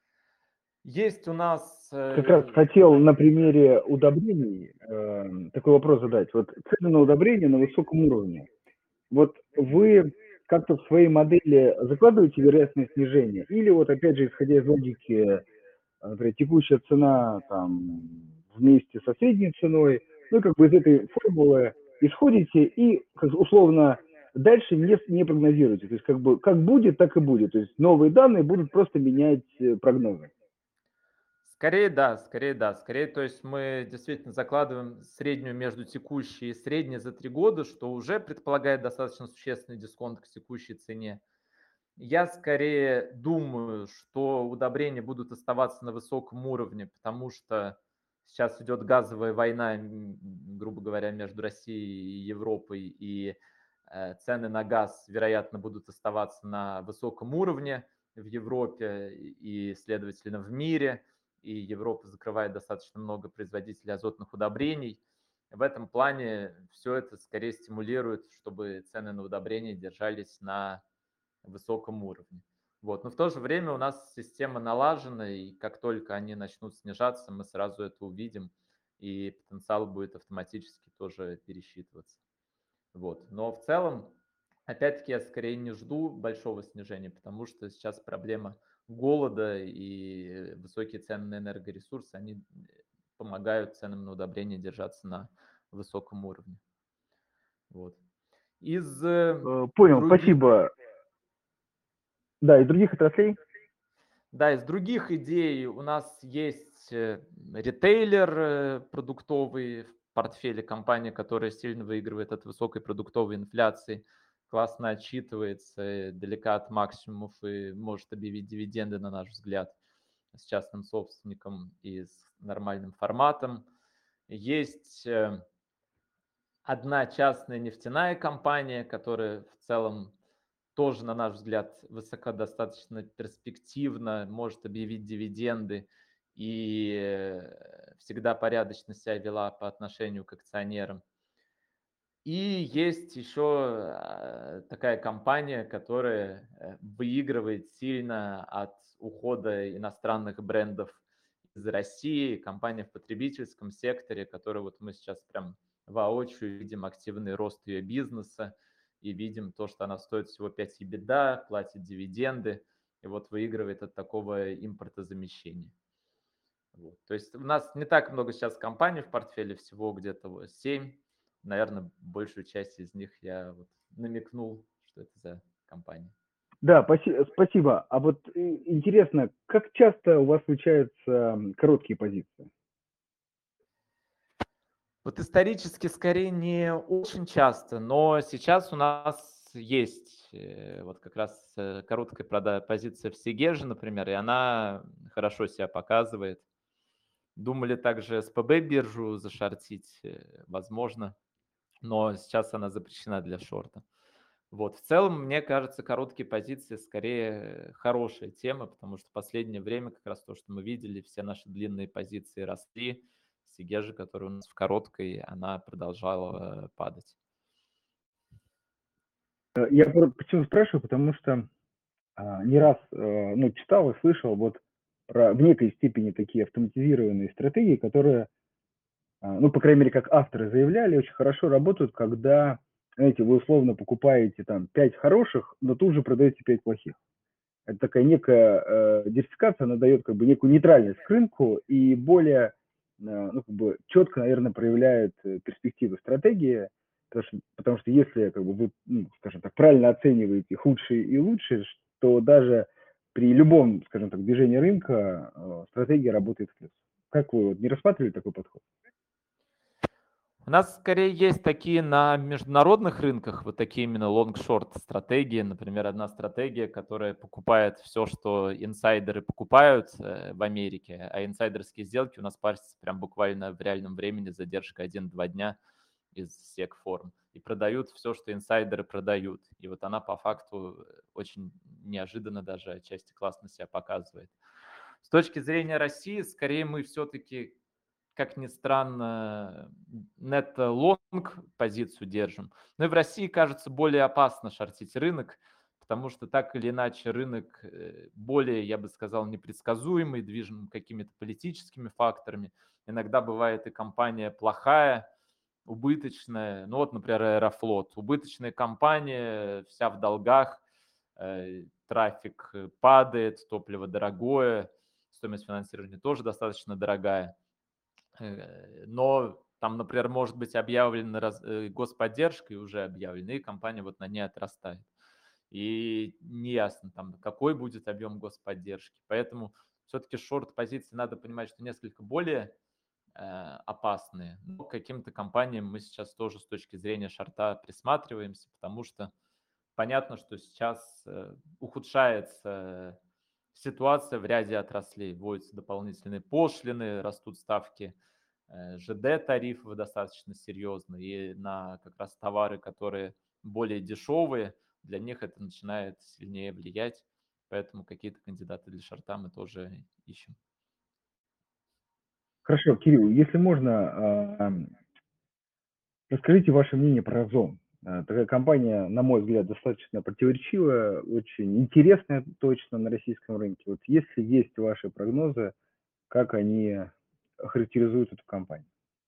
Есть у нас... Как раз хотел на примере удобрений такой вопрос задать. Вот цены на удобрения на высоком уровне. Вот вы как-то в своей модели закладываете вероятность снижения? Или вот опять же, исходя из логики, например, текущая цена там вместе со средней ценой, ну как бы из этой формулы исходите и условно дальше не прогнозируете. То есть как бы как будет, так и будет. То есть новые данные будут просто менять прогнозы. Скорее да, скорее да. Скорее, то есть мы действительно закладываем среднюю между текущей и средней за 3 года, что уже предполагает достаточно существенный дисконт к текущей цене. Я скорее думаю, что удобрения будут оставаться на высоком уровне, потому что сейчас идет газовая война, грубо говоря, между Россией и Европой, и цены на газ, вероятно, будут оставаться на высоком уровне в Европе и, следовательно, в мире. И Европа закрывает достаточно много производителей азотных удобрений. В этом плане все это скорее стимулирует, чтобы цены на удобрения держались на высоком уровне. Вот. Но в то же время у нас система налажена, и как только они начнут снижаться, мы сразу это увидим, и потенциал будет автоматически тоже пересчитываться. Вот. Но в целом, опять-таки, я скорее не жду большого снижения, потому что сейчас проблема голода и высокие цены на энергоресурсы, они помогают ценам на удобрения держаться на высоком уровне. Вот. Из Понял, других... спасибо. Да, из других отраслей? Да, из других идей у нас есть ритейлер продуктовый в портфеле компании, которая сильно выигрывает от высокой продуктовой инфляции, классно отчитывается, далека от максимумов и может объявить дивиденды, на наш взгляд, с частным собственником и с нормальным форматом. Есть одна частная нефтяная компания, которая в целом тоже, на наш взгляд, высоко достаточно перспективно может объявить дивиденды и всегда порядочно себя вела по отношению к акционерам. И есть еще такая компания, которая выигрывает сильно от ухода иностранных брендов из России, компания в потребительском секторе, которую вот мы сейчас прям воочию видим активный рост ее бизнеса и видим то, что она стоит всего 5 EBITDA, платит дивиденды и вот выигрывает от такого импортозамещения. Вот. То есть у нас не так много сейчас компаний в портфеле, всего где-то 7. Наверное, большую часть из них я вот намекнул, что это за компания. Да, спасибо. А вот интересно, как часто у вас случаются короткие позиции? Вот исторически скорее не очень часто, но сейчас у нас есть вот как раз короткая позиция в Сигеже, например, и она хорошо себя показывает. Думали также СПБ биржу зашортить, возможно, но сейчас она запрещена для шорта. Вот. В целом, мне кажется, короткие позиции скорее хорошая тема, потому что в последнее время как раз то, что мы видели, все наши длинные позиции росли. Сигежа, которая у нас в короткой, она продолжала падать. Я почему спрашиваю, потому что не раз читал и слышал вот про в некой степени такие автоматизированные стратегии, которые, по крайней мере, как авторы заявляли, очень хорошо работают, когда, знаете, вы условно покупаете там 5 хороших, но тут же продаете 5 плохих. Это такая некая диверсификация, она дает как бы некую нейтральность к рынку и более четко, наверное, проявляет перспективы стратегии, потому что если как бы вы, скажем так, правильно оцениваете худшие и лучшие, то даже при любом, скажем так, движении рынка стратегия работает в плюс. Как вы не рассматривали такой подход? У нас скорее есть такие на международных рынках, вот такие именно лонг-шорт стратегии. Например, одна стратегия, которая покупает все, что инсайдеры покупают в Америке, а инсайдерские сделки у нас парсятся прям буквально в реальном времени, задержка 1-2 дня. из SEC-форм и продают все, что инсайдеры продают. И вот она по факту очень неожиданно даже отчасти классно себя показывает. С точки зрения России, скорее мы все-таки, как ни странно, нет-лонг позицию держим. Но и в России, кажется, более опасно шортить рынок, потому что так или иначе рынок более, я бы сказал, непредсказуемый, движим какими-то политическими факторами. Иногда бывает и компания плохая, убыточная. Ну вот, например, Аэрофлот. Убыточная компания, вся в долгах, трафик падает, топливо дорогое, стоимость финансирования тоже достаточно дорогая. Но там, например, может быть объявлена господдержка и уже объявлена, и компания вот на ней отрастает. И неясно, там, какой будет объем господдержки. Поэтому все-таки шорт-позиции надо понимать, что несколько более опасные. Но к каким-то компаниям мы сейчас тоже с точки зрения шорта присматриваемся, потому что понятно, что сейчас ухудшается ситуация в ряде отраслей. Вводятся дополнительные пошлины, растут ставки ЖД-тарифов достаточно серьезно. И на как раз товары, которые более дешевые, для них это начинает сильнее влиять. Поэтому какие-то кандидаты для шорта мы тоже ищем. Хорошо, Кирилл, если можно, расскажите ваше мнение про Озон. Такая компания, на мой взгляд, достаточно противоречивая, очень интересная точно на российском рынке. Вот если есть ваши прогнозы, как они характеризуют эту компанию?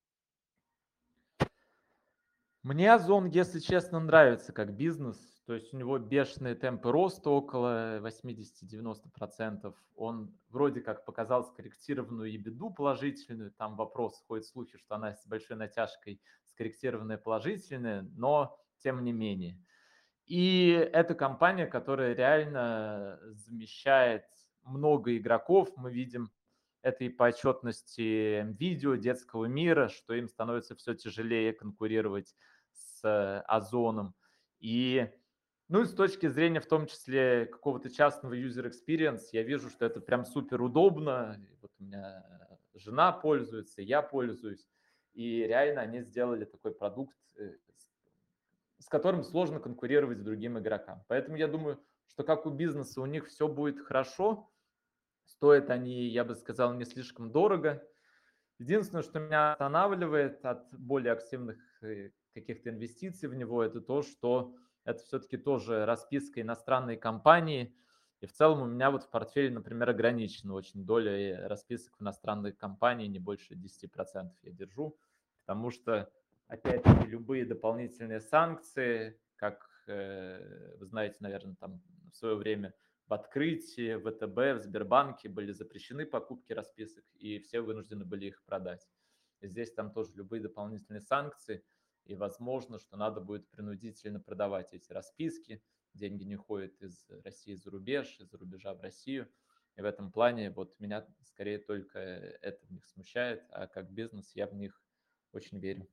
Мне Озон, если честно, нравится как бизнес. То есть у него бешеные темпы роста, около 80-90%. Он вроде как показал скорректированную EBITDA положительную. Там вопрос, ходят слухи, что она с большой натяжкой скорректированная положительная, но тем не менее. И это компания, которая реально замещает много игроков. Мы видим это и по отчетности видео детского мира, что им становится все тяжелее конкурировать с Озоном. И, ну и с точки зрения в том числе какого-то частного user experience, я вижу, что это прям супер удобно. Вот у меня жена пользуется, я пользуюсь. И реально они сделали такой продукт, с которым сложно конкурировать с другим игрокам. Поэтому я думаю, что как у бизнеса у них все будет хорошо, стоят они, я бы сказал, не слишком дорого. Единственное, что меня останавливает от более активных каких-то инвестиций в него, это то, что это все-таки тоже расписка иностранной компании. И в целом у меня вот в портфеле, например, ограничена очень доля расписок в иностранной компании, не больше 10% я держу, потому что, опять-таки, любые дополнительные санкции, как вы знаете, наверное, там в свое время в Открытии, в ВТБ, в Сбербанке были запрещены покупки расписок, и все вынуждены были их продать. И здесь там тоже любые дополнительные санкции, и возможно, что надо будет принудительно продавать эти расписки, деньги не ходят из России за рубеж, из-за рубежа в Россию. И в этом плане вот меня скорее только это в них смущает, а как бизнес я в них очень верю.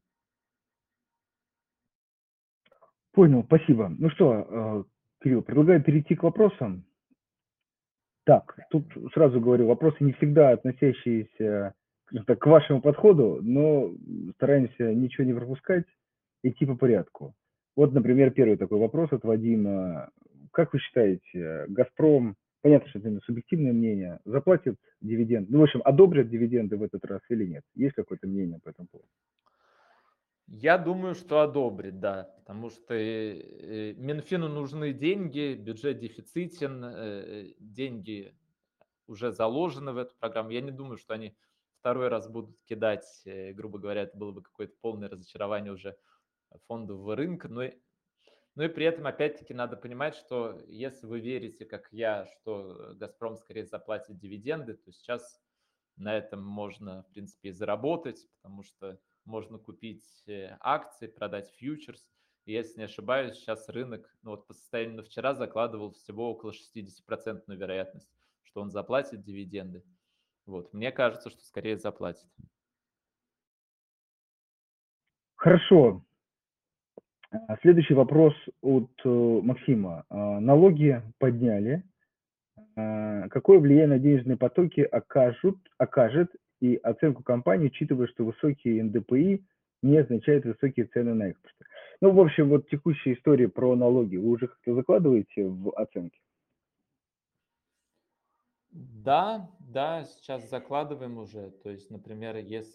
Понял, спасибо. Ну что, Кирилл, предлагаю перейти к вопросам. Так, тут сразу говорю, вопросы не всегда относящиеся, скажем так, к вашему подходу, но стараемся ничего не пропускать, идти по порядку. Вот, например, первый такой вопрос от Вадима. Как вы считаете, «Газпром», понятно, что это субъективное мнение, заплатит дивиденд, ну, в общем, одобрят дивиденды в этот раз или нет? Есть какое-то мнение по этому поводу? Я думаю, что одобрит, да, потому что Минфину нужны деньги, бюджет дефицитен, деньги уже заложены в эту программу. Я не думаю, что они второй раз будут кидать, грубо говоря, это было бы какое-то полное разочарование уже фондового рынка. Но и при этом, опять-таки, надо понимать, что если вы верите, как я, что «Газпром» скорее заплатит дивиденды, то сейчас на этом можно, в принципе, и заработать, потому что можно купить акции, продать фьючерс. И если не ошибаюсь, сейчас рынок, ну вот по состоянию на вчера закладывал всего около 60% вероятность, что он заплатит дивиденды. Вот. Мне кажется, что скорее заплатит. Хорошо. Следующий вопрос от Максима. Налоги подняли. Какое влияние на денежные потоки окажет и оценку компании, учитывая, что высокие НДПИ не означает высокие цены на экспорт. Ну, в общем, вот текущая история про налоги вы уже как-то закладываете в оценки? Да, да, сейчас закладываем уже. То есть, например,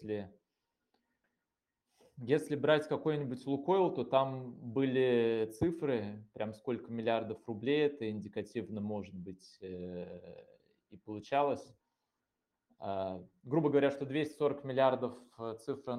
если брать какой-нибудь "Лукойл", то там были цифры, прям сколько миллиардов рублей это индикативно, может быть, и получалось. Грубо говоря, что 240 миллиардов, цифра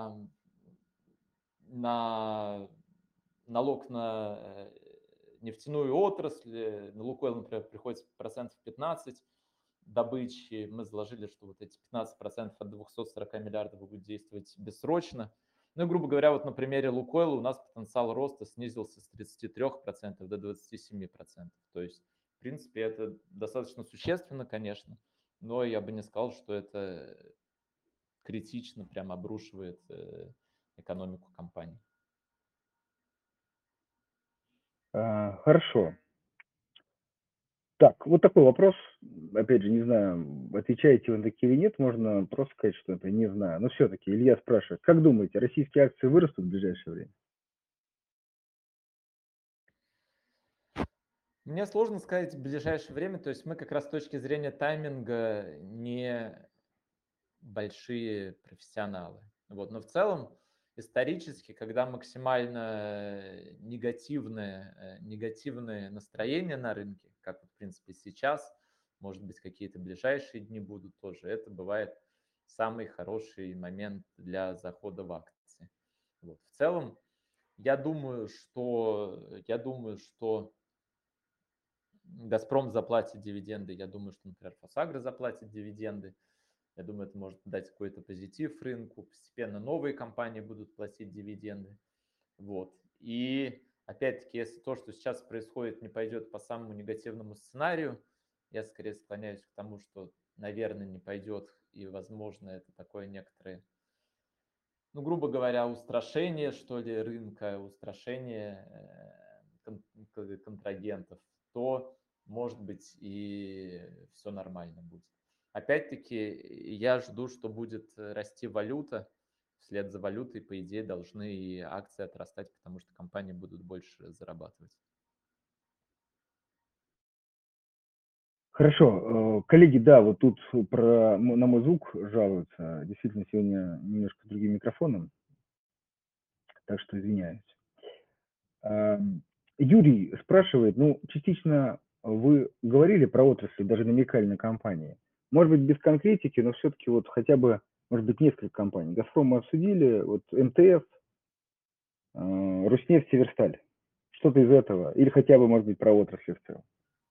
на налог на, нефтяную отрасль. На "Лукойл", например, приходится процентов 15 добычи. Мы заложили, что вот эти 15% от 240 миллиардов будут действовать бессрочно. Ну и, грубо говоря, вот на примере "Лукойла" у нас потенциал роста снизился с 33% до 27%. То есть, в принципе, это достаточно существенно, конечно, но я бы не сказал, что это критично прям обрушивает, экономику компании. Хорошо. Так, вот такой вопрос. Опять же, не знаю, отвечаете вы на такие или нет, можно просто сказать, что это не знаю. Но все-таки Илья спрашивает, как думаете, российские акции вырастут в ближайшее время? Мне сложно сказать в ближайшее время. То есть мы как раз с точки зрения тайминга не большие профессионалы. Вот. Но в целом исторически, когда максимально негативное настроение на рынке, как вот, в принципе, сейчас, может быть, какие-то ближайшие дни будут тоже, это бывает самый хороший момент для захода в акции. Вот. В целом, я думаю, что "Газпром" заплатит дивиденды, я думаю, что, например, "Фосагро" заплатит дивиденды. Я думаю, это может дать какой-то позитив рынку. Постепенно новые компании будут платить дивиденды. Вот. И опять-таки, если то, что сейчас происходит, не пойдет по самому негативному сценарию, я скорее склоняюсь к тому, что, наверное, не пойдет, и, возможно, это такое некоторое, ну, грубо говоря, устрашение, что ли, рынка, устрашение контрагентов, то, может быть, и все нормально будет. Опять-таки, я жду, что будет расти валюта. Вслед за валютой, по идее, должны и акции отрастать, потому что компании будут больше зарабатывать. Хорошо, коллеги, да, вот тут на мой звук жалуются. Действительно, сегодня немножко другим микрофоном, так что извиняюсь. Ам, Юрий спрашивает, ну, частично вы говорили про отрасли, даже намекали на компании. Может быть, без конкретики, но все-таки вот хотя бы, может быть, несколько компаний. "Газпром" мы обсудили, вот МТС, Роснефть, Северсталь. Что-то из этого. Или хотя бы, может быть, про отрасли в целом.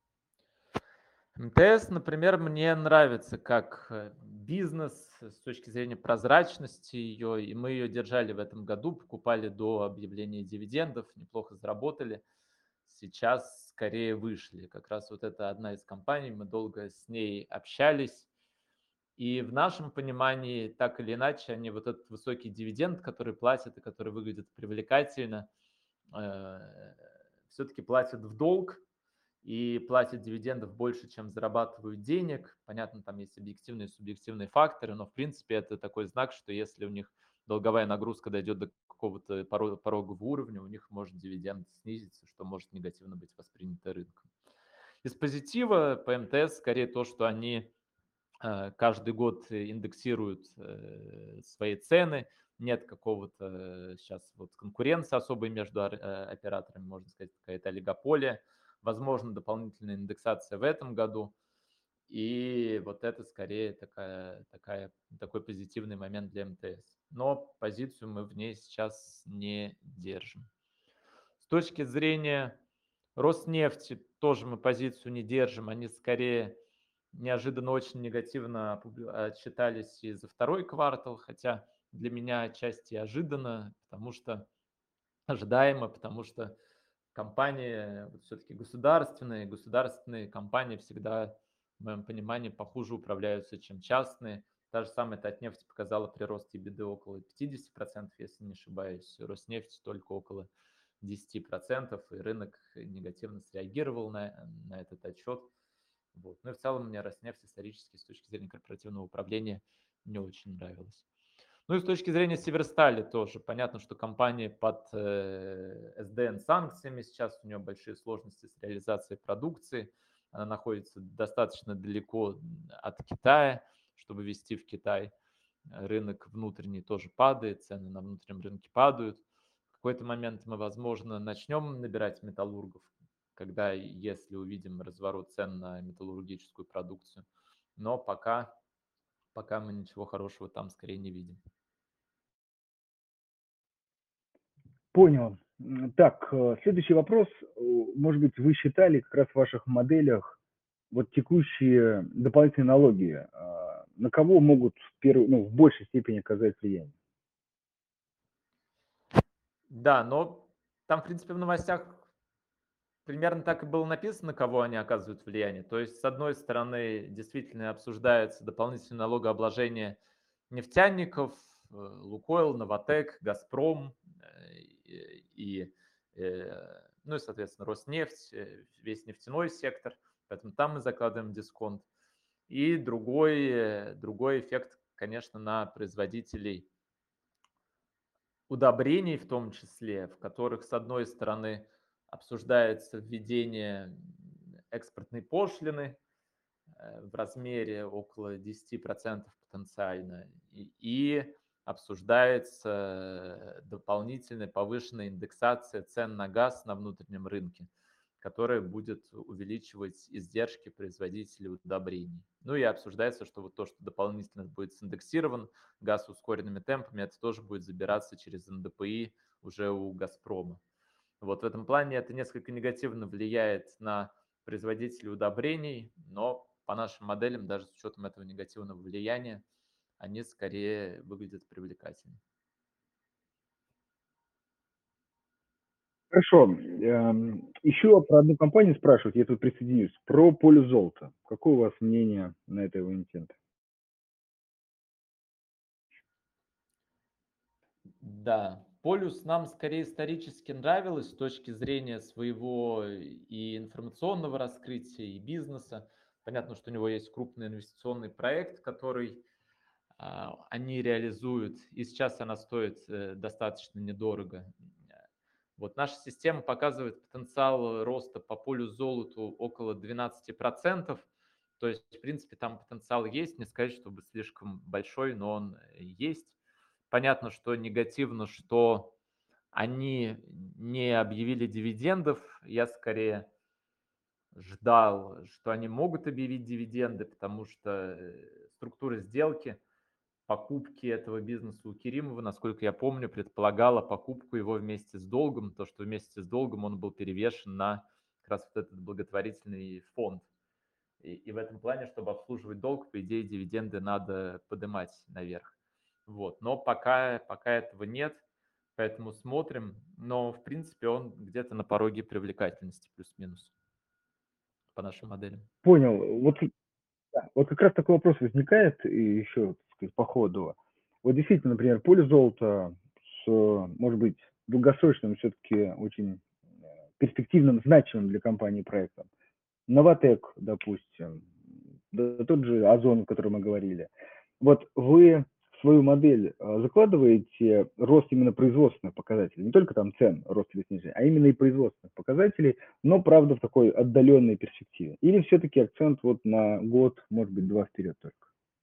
МТС, например, мне нравится как бизнес с точки зрения прозрачности ее, и мы ее держали в этом году, покупали до объявления дивидендов, неплохо заработали. Сейчас скорее вышли. Как раз вот это одна из компаний, мы долго с ней общались, и в нашем понимании, так или иначе, они вот этот высокий дивиденд, который платят и который выглядит привлекательно, все-таки платят в долг, и платят дивидендов больше, чем зарабатывают денег. Понятно, там есть объективные и субъективные факторы, но в принципе это такой знак, что если у них долговая нагрузка дойдет до какого-то порогового уровня, у них может дивиденд снизиться, что может негативно быть воспринято рынком. Из позитива по МТС скорее то, что они каждый год индексируют свои цены, нет какого-то сейчас вот конкуренции особой между операторами, можно сказать, какая-то олигополия, возможно, дополнительная индексация в этом году, и вот это скорее такой позитивный момент для МТС. Но позицию мы в ней сейчас не держим. С точки зрения Роснефти тоже мы позицию не держим, они скорее неожиданно очень негативно отчитались и за второй квартал, хотя для меня отчасти ожиданно, потому что ожидаемо, потому что компании все-таки государственные компании всегда, в моем понимании, похуже управляются, чем частные. Та же самая Татнефть показала прирост EBITDA около 50%, если не ошибаюсь, Роснефть только около 10%, и рынок негативно среагировал на этот отчет. Вот. Ну и в целом мне Роснефть исторически с точки зрения корпоративного управления не очень нравилась. Ну и с точки зрения Северстали тоже понятно, что компания под СДН-санкциями, сейчас у нее большие сложности с реализацией продукции, она находится достаточно далеко от Китая, чтобы вести в Китай. Рынок внутренний тоже падает, цены на внутреннем рынке падают. В какой-то момент мы, возможно, начнем набирать металлургов, когда и если увидим разворот цен на металлургическую продукцию. Но пока мы ничего хорошего там скорее не видим. Понял. Так, следующий вопрос. Может быть, вы считали как раз в ваших моделях вот текущие дополнительные налоги, на кого могут ну, в большей степени оказать влияние? Да, но там, в принципе, в новостях примерно так и было написано, на кого они оказывают влияние. То есть, с одной стороны, действительно обсуждается дополнительное налогообложение нефтяников, Лукойл, Новатэк, Газпром ну и, соответственно, Роснефть, весь нефтяной сектор. Поэтому там мы закладываем дисконт. И другой эффект, конечно, на производителей удобрений в том числе, в которых, с одной стороны, обсуждается введение экспортной пошлины в размере около 10% потенциально, и обсуждается дополнительная повышенная индексация цен на газ на внутреннем рынке, которая будет увеличивать издержки производителей удобрений. Ну и обсуждается, что вот то, что дополнительно будет синдексирован газ ускоренными темпами, это тоже будет забираться через НДПИ уже у «Газпрома». Вот в этом плане это несколько негативно влияет на производителей удобрений, но по нашим моделям, даже с учетом этого негативного влияния, они скорее выглядят привлекательнее. Хорошо. Еще про одну компанию спрашивают, я тут присоединюсь, про поле золота. Какое у вас мнение на это эмитента? Да, полюс нам скорее исторически нравилось с точки зрения своего и информационного раскрытия, и бизнеса. Понятно, что у него есть крупный инвестиционный проект, который они реализуют, и сейчас она стоит достаточно недорого. Вот наша система показывает потенциал роста по полю золоту около 12%. То есть, в принципе, там потенциал есть, не сказать, чтобы слишком большой, но он есть. Понятно, что негативно, что они не объявили дивидендов. Я скорее ждал, что они могут объявить дивиденды, потому что структура сделки покупки этого бизнеса у Керимова, насколько я помню, предполагала покупку его вместе с долгом, то, что вместе с долгом он был перевешен на как раз вот этот благотворительный фонд. И в этом плане, чтобы обслуживать долг, по идее, дивиденды надо поднимать наверх. Вот. Но пока этого нет, поэтому смотрим. Но, в принципе, он где-то на пороге привлекательности, плюс-минус, по нашим моделям. Понял. Вот, да, вот как раз такой вопрос возникает, и еще, так сказать, по ходу. Вот действительно, например, поле золота с, может быть, долгосрочным все-таки очень перспективным, значимым для компании проектом. Новатэк, допустим, да, тот же Озон, о котором мы говорили. Вот вы в свою модель закладываете рост именно производственных показателей, не только там цен, рост или снижение, а именно и производственных показателей, но, правда, в такой отдаленной перспективе? Или все-таки акцент вот на год, может быть, два вперед только?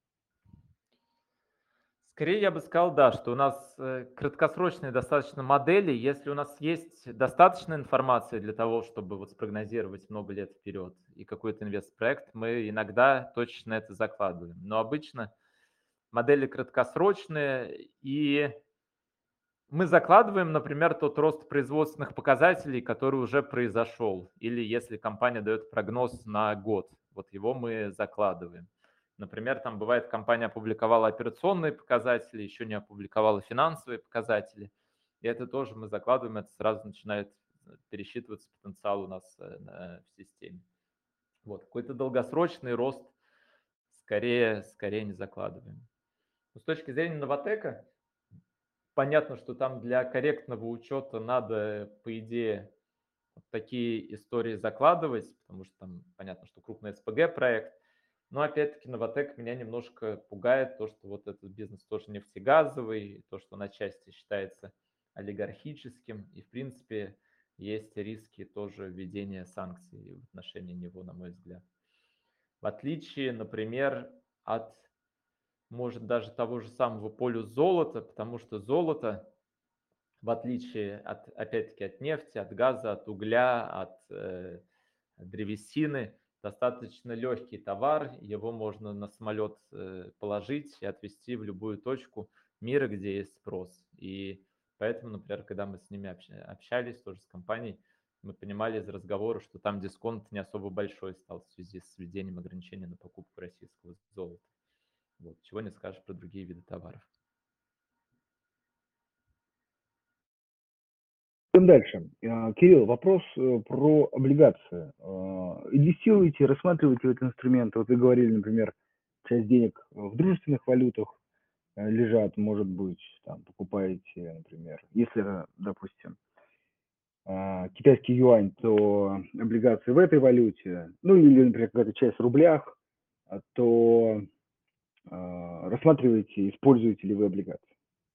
Скорее, я бы сказал, да, что у нас краткосрочные достаточно модели. Если у нас есть достаточно информации для того, чтобы вот спрогнозировать много лет вперед и какой-то инвестпроект, мы иногда точно это закладываем. Но обычно модели краткосрочные, и мы закладываем, например, тот рост производственных показателей, который уже произошел. Или если компания дает прогноз на год, вот его мы закладываем. Например, там бывает, компания опубликовала операционные показатели, еще не опубликовала финансовые показатели. И это тоже мы закладываем, это сразу начинает пересчитываться потенциал у нас в системе. Вот, какой-то долгосрочный рост скорее не закладываем. Но с точки зрения Новотека, понятно, что там для корректного учета надо, по идее, вот такие истории закладывать, потому что там понятно, что крупный СПГ проект. Но опять-таки Новатэк меня немножко пугает то, что вот этот бизнес тоже нефтегазовый, то, что он отчасти считается олигархическим, и в принципе есть риски тоже введения санкций в отношении него, на мой взгляд. В отличие, например, от, может, даже того же самого полюс золота, потому что золото, в отличие от, опять-таки, от нефти, от газа, от угля, от древесины, достаточно легкий товар, его можно на самолет положить и отвезти в любую точку мира, где есть спрос. И поэтому, например, когда мы с ними общались, тоже с компанией, мы понимали из разговора, что там дисконт не особо большой стал в связи с введением ограничений на покупку российского золота. Вот, чего не скажешь про другие виды товаров. Идем дальше. Кирилл, вопрос про облигации. Инвестируете, рассматриваете этот инструмент? Вот вы говорили, например, часть денег в дружественных валютах лежат, может быть, там покупаете, например, если, допустим, китайский юань, то облигации в этой валюте, ну или, например, какая-то часть в рублях, то рассматриваете, используете ли вы облигации?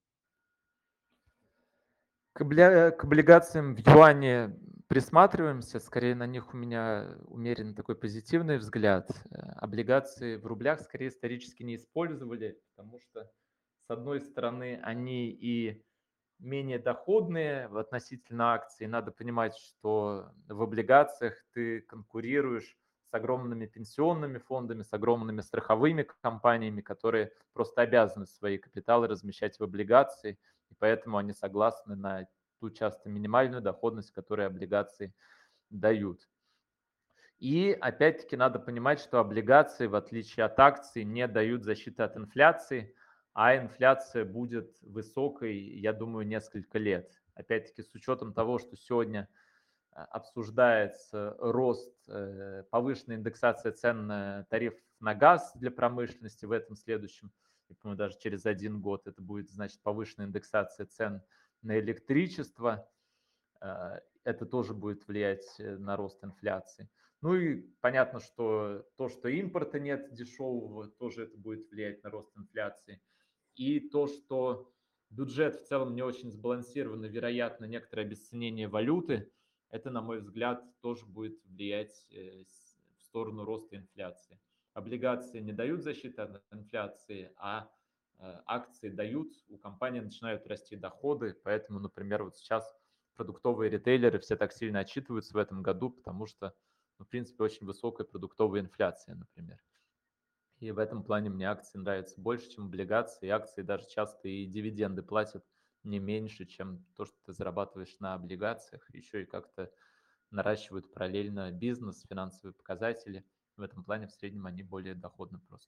К облигациям в юане присматриваемся, скорее на них у меня умеренно такой позитивный взгляд. Облигации в рублях скорее исторически не использовали, потому что, с одной стороны, они и менее доходные в относительно акций. Надо понимать, что в облигациях ты конкурируешь с огромными пенсионными фондами, с огромными страховыми компаниями, которые просто обязаны свои капиталы размещать в облигации, и поэтому они согласны на ту часто минимальную доходность, которую облигации дают. И опять-таки надо понимать, что облигации, в отличие от акций, не дают защиты от инфляции, а инфляция будет высокой, я думаю, несколько лет. Опять-таки с учетом того, что сегодня обсуждается рост, повышенная индексация цен на тариф на газ для промышленности в этом следующем, я помню, даже через 1 год это будет, значит, повышенная индексация цен на электричество. Это тоже будет влиять на рост инфляции. Ну и понятно, что то, что импорта нет дешевого, тоже это будет влиять на рост инфляции. И то, что бюджет в целом не очень сбалансирован и, вероятно, некоторое обесценение валюты, это, на мой взгляд, тоже будет влиять в сторону роста инфляции. Облигации не дают защиты от инфляции, а акции дают, у компании начинают расти доходы, поэтому, например, вот сейчас продуктовые ритейлеры все так сильно отчитываются в этом году, потому что, ну, в принципе, очень высокая продуктовая инфляция, например. И в этом плане мне акции нравятся больше, чем облигации. И акции даже часто и дивиденды платят не меньше, чем то, что ты зарабатываешь на облигациях. Еще и как-то наращивают параллельно бизнес, финансовые показатели. В этом плане в среднем они более доходны просто.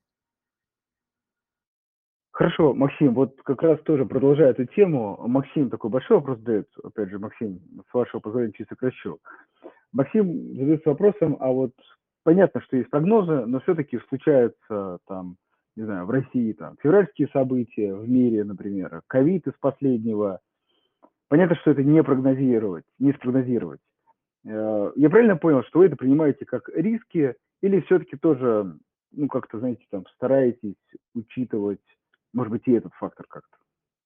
Хорошо, Максим, вот как раз тоже продолжая эту тему, Максим такой большой вопрос задает, опять же, Максим, с вашего позволения чуть сокращу. Максим задается вопросом, а вот понятно, что есть прогнозы, но все-таки случаются там, не знаю, в России там февральские события, в мире, например, ковид из последнего. Понятно, что это не спрогнозировать. Я правильно понял, что вы это принимаете как риски или все-таки тоже, ну, как-то, знаете, там стараетесь учитывать, может быть, и этот фактор как-то?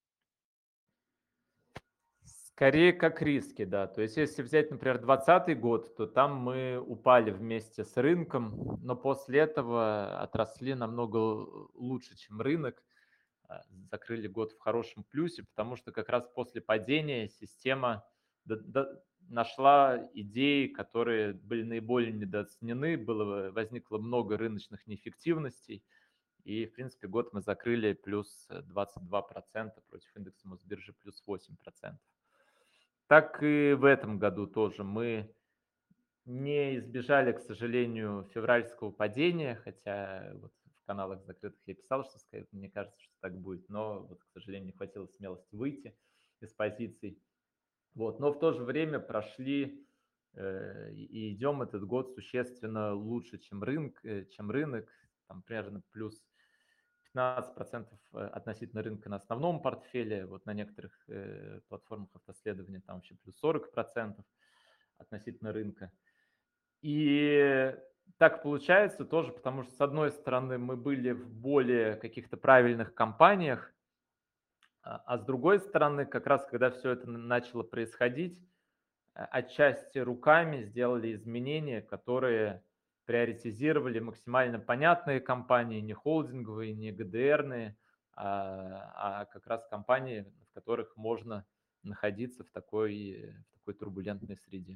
Скорее как риски, да. То есть если взять, например, 2020 год, то там мы упали вместе с рынком, но после этого отросли намного лучше, чем рынок. Закрыли год в хорошем плюсе, потому что как раз после падения система нашла идеи, которые были наиболее недооценены, возникло много рыночных неэффективностей, и, в принципе, год мы закрыли плюс 22% против индекса Мосбиржи плюс 8%. Так и в этом году тоже мы не избежали, к сожалению, февральского падения, хотя вот в каналах закрытых я писал, что мне кажется, что так будет, но вот, к сожалению, не хватило смелости выйти из позиций. Вот. Но в то же время прошли и идем этот год существенно лучше, чем рынок, там примерно плюс 15% относительно рынка на основном портфеле, вот на некоторых платформах автоследования там вообще плюс 40% относительно рынка. И Так получается тоже, потому что, с одной стороны, мы были в более каких-то правильных компаниях, а с другой стороны, как раз когда все это начало происходить, отчасти руками сделали изменения, которые приоритизировали максимально понятные компании, не холдинговые, не ГДРные, а как раз компании, в которых можно находиться в такой турбулентной среде.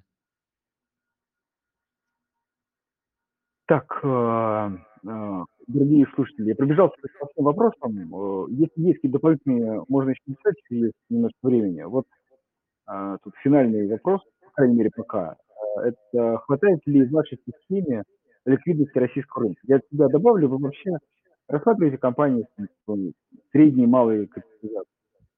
Так, дорогие слушатели, я пробежался по всем вопросам. Если есть какие-то дополнительные, можно еще написать, если есть немножко времени. Вот тут финальный вопрос, по крайней мере, пока. Это хватает ли в вашей системе ликвидности российского рынка? Я от себя добавлю, вы вообще рассматриваете компании с средней, малой капитализацией?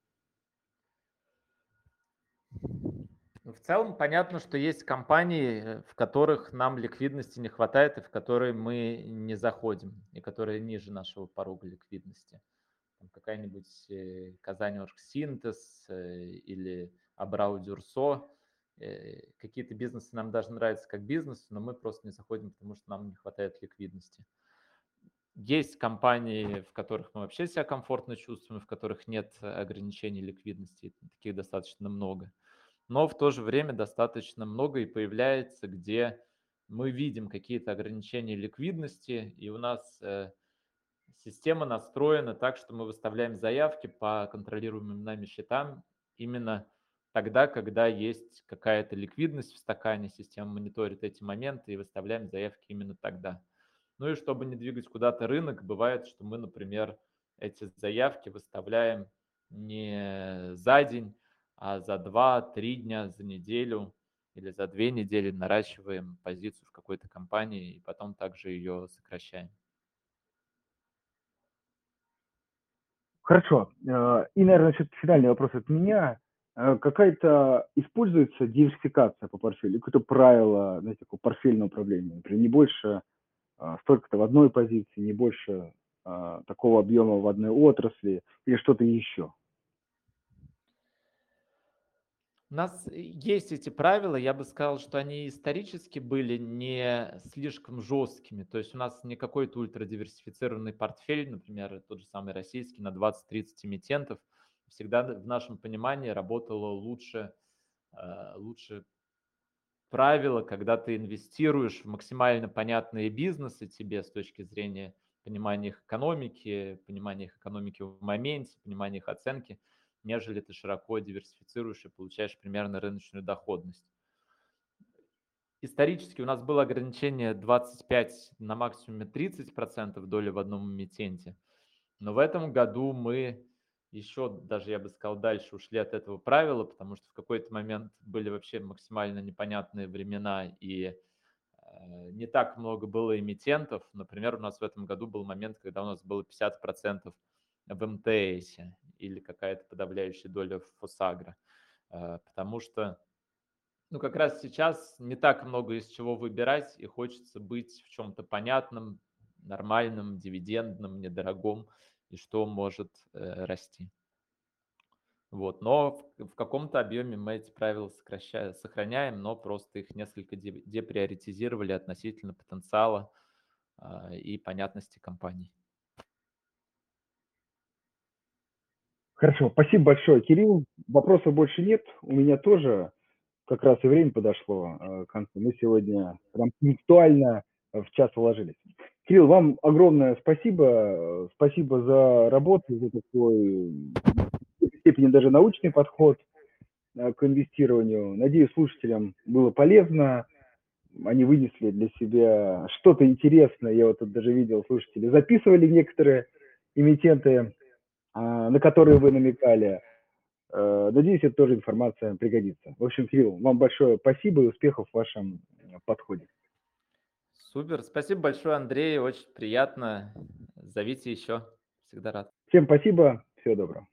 Ну, в целом понятно, что есть компании, в которых нам ликвидности не хватает и в которые мы не заходим, и которые ниже нашего порога ликвидности. Там какая-нибудь Казань-Оргсинтез или Абрау Дюрсо. Какие-то бизнесы нам даже нравятся как бизнес, но мы просто не заходим, потому что нам не хватает ликвидности. Есть компании, в которых мы вообще себя комфортно чувствуем, в которых нет ограничений ликвидности, таких достаточно много. Но в то же время достаточно много и появляется, где мы видим какие-то ограничения ликвидности, и у нас система настроена так, что мы выставляем заявки по контролируемым нами счетам именно тогда, когда есть какая-то ликвидность в стакане, система мониторит эти моменты и выставляем заявки именно тогда. Ну и чтобы не двигать куда-то рынок, бывает, что мы, например, эти заявки выставляем не за день, а за 2-3 дня, за неделю или за 2 недели наращиваем позицию в какой-то компании и потом также ее сокращаем. Хорошо. И, наверное, еще финальный вопрос от меня. Какая-то используется диверсификация по портфелю? Какое-то правило, знаете, такого портфельного управления? Например, не больше столько-то в одной позиции, не больше такого объема в одной отрасли или что-то еще? У нас есть эти правила, я бы сказал, что они исторически были не слишком жесткими. То есть у нас не какой-то ультрадиверсифицированный портфель, например, тот же самый российский на 20-30 эмитентов. Всегда в нашем понимании работало лучше правило, когда ты инвестируешь в максимально понятные бизнесы тебе с точки зрения понимания их экономики в моменте, понимания их оценки, нежели ты широко диверсифицируешь и получаешь примерно рыночную доходность. Исторически у нас было ограничение 25, на максимуме 30% доли в одном эмитенте. Но в этом году мы еще, даже я бы сказал, дальше ушли от этого правила, потому что в какой-то момент были вообще максимально непонятные времена и не так много было эмитентов. Например, у нас в этом году был момент, когда у нас было 50% в МТС или какая-то подавляющая доля в Фосагро. Потому что, ну, как раз сейчас не так много из чего выбирать, и хочется быть в чем-то понятном, нормальном, дивидендном, недорогом, и что может расти. Вот. Но в каком-то объеме мы эти правила сохраняем, но просто их несколько деприоритизировали относительно потенциала и понятности компаний. Хорошо, спасибо большое, Кирилл. Вопросов больше нет, у меня тоже. Как раз и время подошло к концу. Мы сегодня прям пунктуально в час уложились. Кирилл, вам огромное спасибо. Спасибо за работу, за такой в какой-то степени даже научный подход к инвестированию. Надеюсь, слушателям было полезно. Они вынесли для себя что-то интересное. Я вот тут даже видел, слушатели записывали некоторые эмитенты, на которые вы намекали. Надеюсь, эта тоже информация пригодится. В общем, Кирилл, вам большое спасибо и успехов в вашем подходе. Супер. Спасибо большое, Андрей. Очень приятно. Зовите еще. Всегда рад. Всем спасибо, всего доброго.